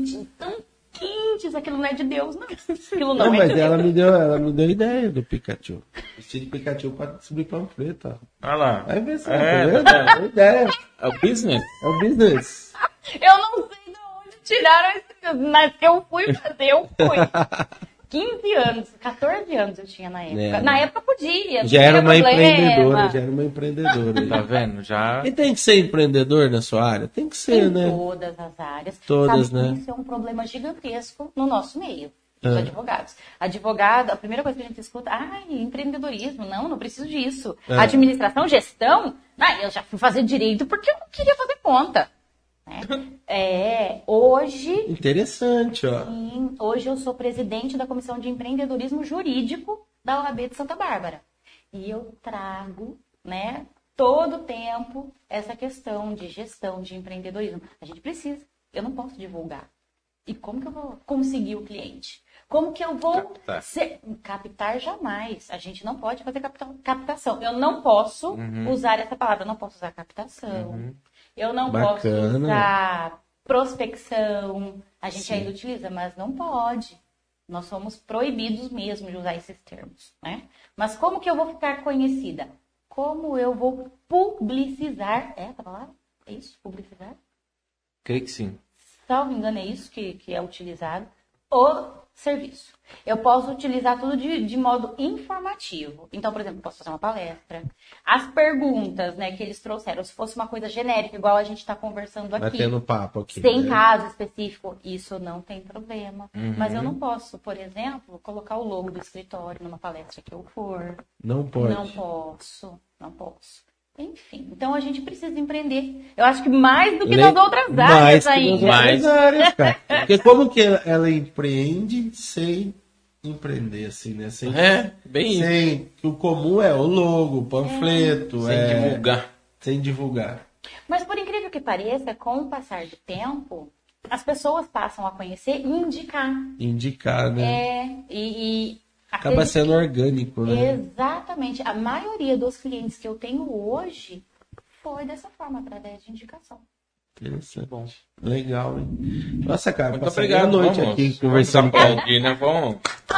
S3: quentes. Aquilo não é de Deus, não. Aquilo não,
S1: Não,
S3: é
S1: mas
S3: de
S1: ela
S3: Deus.
S1: me deu ideia do Pikachu. Vestido de Pikachu para subir panfleto, ó.
S2: Olha lá.
S1: Vai ver se
S2: É,
S1: tá vendo?
S2: tá.
S1: É ideia.
S2: É o business?
S1: É o business.
S3: Eu não sei de onde tiraram esse... Mas que eu fui fazer, eu fui. 15 anos, 14 anos eu tinha na época.
S1: É.
S3: Na época podia.
S1: Já
S3: não
S1: era
S3: tinha
S1: uma
S3: problema.
S1: empreendedora, já era uma empreendedora.
S2: Tá vendo? Já.
S1: E tem que ser empreendedor na sua área? Tem que ser,
S3: Em
S1: né?
S3: todas as áreas.
S1: Todas,
S3: Sabe,
S1: né?
S3: isso é um problema gigantesco no nosso meio, dos
S1: É.
S3: advogados. Advogado, a primeira coisa que a gente escuta, empreendedorismo, não preciso disso.
S1: É.
S3: Administração, gestão, eu já fui fazer direito porque eu não queria fazer conta. Né? Hoje,
S1: Interessante, ó.
S3: sim, hoje eu sou presidente da Comissão de Empreendedorismo Jurídico da OAB de Santa Bárbara. E eu trago, né, todo tempo essa questão de gestão, de empreendedorismo. A gente precisa. Eu não posso divulgar. E como que eu vou conseguir o cliente? Como que eu vou captar jamais? A gente não pode fazer captação. Eu não posso usar essa palavra. Eu não posso usar captação. Eu não posso
S1: Bacana.
S3: usar prospecção. A gente
S1: Sim.
S3: ainda utiliza, mas não pode. Nós somos proibidos mesmo de usar esses termos, né? Mas como que eu vou ficar conhecida? Como eu vou publicizar? É essa palavra? É isso? Publicizar?
S2: Creio que sim.
S3: Salvo engano, é isso que é utilizado. O serviço. Eu posso utilizar tudo de modo informativo. Então, por exemplo, eu posso fazer uma palestra. As perguntas, né, que eles trouxeram, se fosse uma coisa genérica, igual a gente está conversando aqui,
S1: Batendo papo aqui.
S3: sem
S1: né?
S3: caso específico, isso não tem problema. Mas eu não posso, por exemplo, colocar o logo do escritório numa palestra que eu for.
S1: Não pode.
S3: Não posso. Enfim, então a gente precisa empreender. Eu acho que mais do que
S1: Le-
S3: nas outras
S1: Mais
S3: áreas
S1: que nas
S3: ainda.
S1: outras áreas, cara. Porque como que ela empreende sem empreender, assim, né? Sem,
S2: Bem isso.
S1: sem que o comum é o logo, o panfleto,
S2: Sem divulgar.
S1: Sem divulgar.
S3: Mas por incrível que pareça, com o passar do tempo, as pessoas passam a conhecer e indicar.
S1: Indicar, né? Acaba
S3: aqueles
S1: sendo orgânico, né?
S3: Exatamente. A maioria dos clientes que eu tenho hoje foi dessa forma, através de indicação.
S1: Interessante.
S2: Bom.
S1: Legal, hein? Nossa, cara,
S2: Muito
S1: passei
S2: obrigado.
S1: a noite
S2: Vamos.
S1: aqui conversando com
S2: aplaudir, né? Vamos.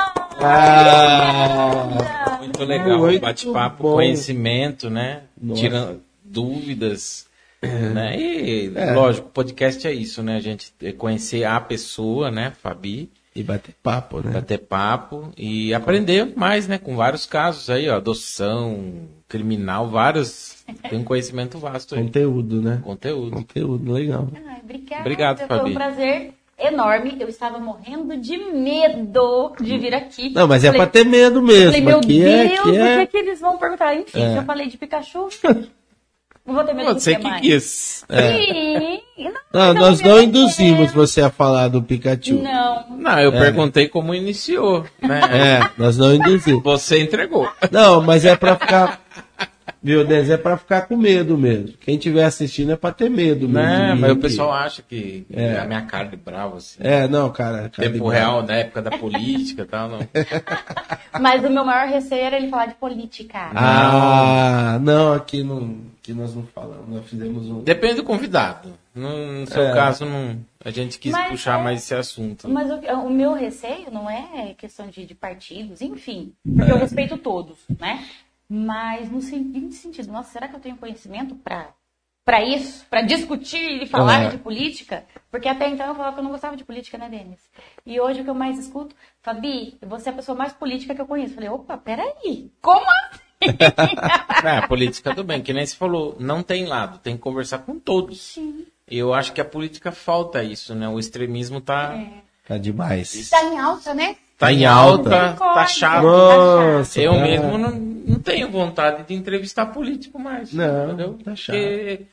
S1: Ah,
S2: Muito legal.
S1: Muito
S2: Bate-papo,
S1: bom.
S2: conhecimento, né?
S1: Nossa.
S2: Tirando dúvidas. Né? E, lógico, podcast é isso, né? A gente conhecer a pessoa, né, Fabi,
S1: e bater papo, né?
S2: bater papo e aprender mais, né? Com vários casos aí, ó, adoção, criminal, vários. Tem um conhecimento vasto aí.
S1: Conteúdo, né?
S2: Conteúdo.
S1: Conteúdo, legal.
S3: Ai, obrigada.
S2: Obrigado,
S3: Foi
S2: Fabi.
S3: um prazer enorme. Eu estava morrendo de medo de vir aqui.
S1: Não, mas é
S3: Falei-
S1: pra ter medo mesmo.
S3: Falei, meu
S1: aqui
S3: Deus,
S1: é,
S3: o que eles vão perguntar? Enfim, se eu falei de Pikachu, não vou ter medo de
S2: Você
S3: ser
S2: que
S3: mais.
S2: quis.
S3: Sim.
S1: Não, nós não induzimos você a falar do Pikachu.
S3: Não.
S2: Não, eu perguntei como iniciou, né?
S1: Nós não induzimos.
S2: Você entregou.
S1: Não, mas é pra ficar... Viu, Dez? É pra ficar com medo mesmo. Quem estiver assistindo é pra ter medo mesmo.
S2: Né?
S1: de
S2: Mas o
S1: mim.
S2: pessoal acha que é a minha cara de bravo, assim.
S1: Não, cara.
S2: Tempo real, na época da política e tal, não.
S3: Mas o meu maior receio era ele falar de política.
S1: Não, aqui nós não falamos. Nós fizemos um...
S2: Depende do convidado. No seu caso, não, a gente quis
S3: Mas
S2: puxar mais esse assunto.
S3: Mas o meu receio não é questão de partidos, enfim. Porque eu respeito todos, né? Mas no seguinte sentido, nossa, será que eu tenho conhecimento para isso? Para discutir e falar de política? Porque até então eu falava que eu não gostava de política, né, Denis? E hoje o que eu mais escuto, Fabi, você é a pessoa mais política que eu conheço. Eu falei, opa, peraí, como assim?
S2: A política do bem, que nem você falou, não tem lado, tem que conversar com todos.
S3: Sim.
S2: Eu acho que a política falta isso, né? O extremismo tá
S1: Tá demais.
S3: Tá em alta, né?
S2: Tá em alta, tá
S3: Misericórdia.
S2: chato.
S1: Nossa,
S2: Eu
S1: tá-
S2: mesmo não tenho vontade de entrevistar político mais.
S1: Não,
S2: entendeu?
S1: tá chato.
S2: Porque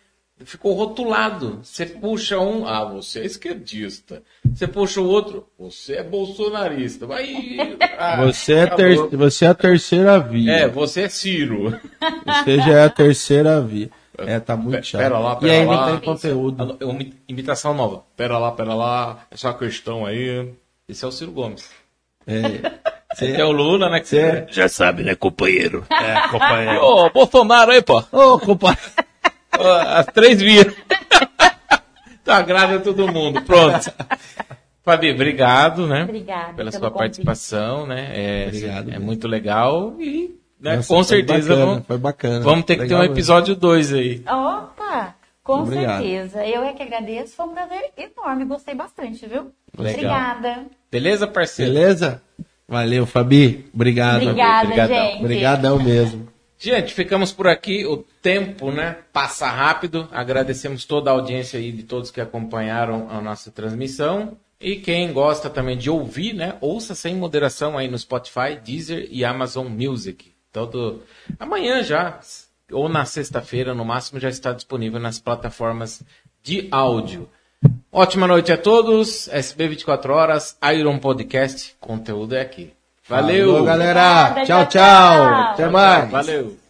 S2: ficou rotulado. Você puxa um, você é esquerdista. Você puxa o outro, você é bolsonarista.
S1: Você é a terceira via.
S2: Você é Ciro.
S1: Você já é a terceira via. Tá muito chato.
S2: Pera lá,
S1: e aí
S2: lá.
S1: não tem conteúdo.
S2: É uma imitação nova. Pera lá. Essa questão aí. Esse é o Ciro Gomes. Você é o Lula, né?
S1: Você
S4: já sabe, né, companheiro?
S1: companheiro.
S2: Ô, Bolsonaro aí, pô.
S1: Ô, companheiro.
S2: As 3 vias. Tá, agrada todo mundo. Pronto. Fabi, obrigado, né?
S3: Obrigada
S2: pela
S3: pelo
S2: sua
S3: convite.
S2: participação, né?
S1: Obrigado,
S2: é
S1: mesmo.
S2: muito legal e, né,
S1: Nossa,
S2: com certeza
S1: foi bacana.
S2: vamos ter que ter um episódio 2 aí.
S3: Opa, com
S1: Obrigado.
S3: certeza. Eu é que agradeço, foi um prazer enorme, gostei bastante, viu?
S2: Legal.
S3: Obrigada.
S2: Beleza, parceiro?
S1: Beleza? Valeu, Fabi. Obrigado.
S3: Obrigada,
S2: Obrigadão.
S3: gente.
S1: Obrigadão mesmo.
S2: Gente, ficamos por aqui. O tempo, né, passa rápido. Agradecemos toda a audiência aí de todos que acompanharam a nossa transmissão. E quem gosta também de ouvir, né, ouça sem moderação aí no Spotify, Deezer e Amazon Music. Amanhã já, ou na sexta-feira, no máximo, já está disponível nas plataformas de áudio. Ótima noite a todos. SB 24 Horas, Iron Podcast. Conteúdo é aqui. Valeu.
S1: Falou, galera.
S3: Obrigada,
S1: Tchau,
S3: tchau.
S1: tchau. Até mais.
S2: Valeu.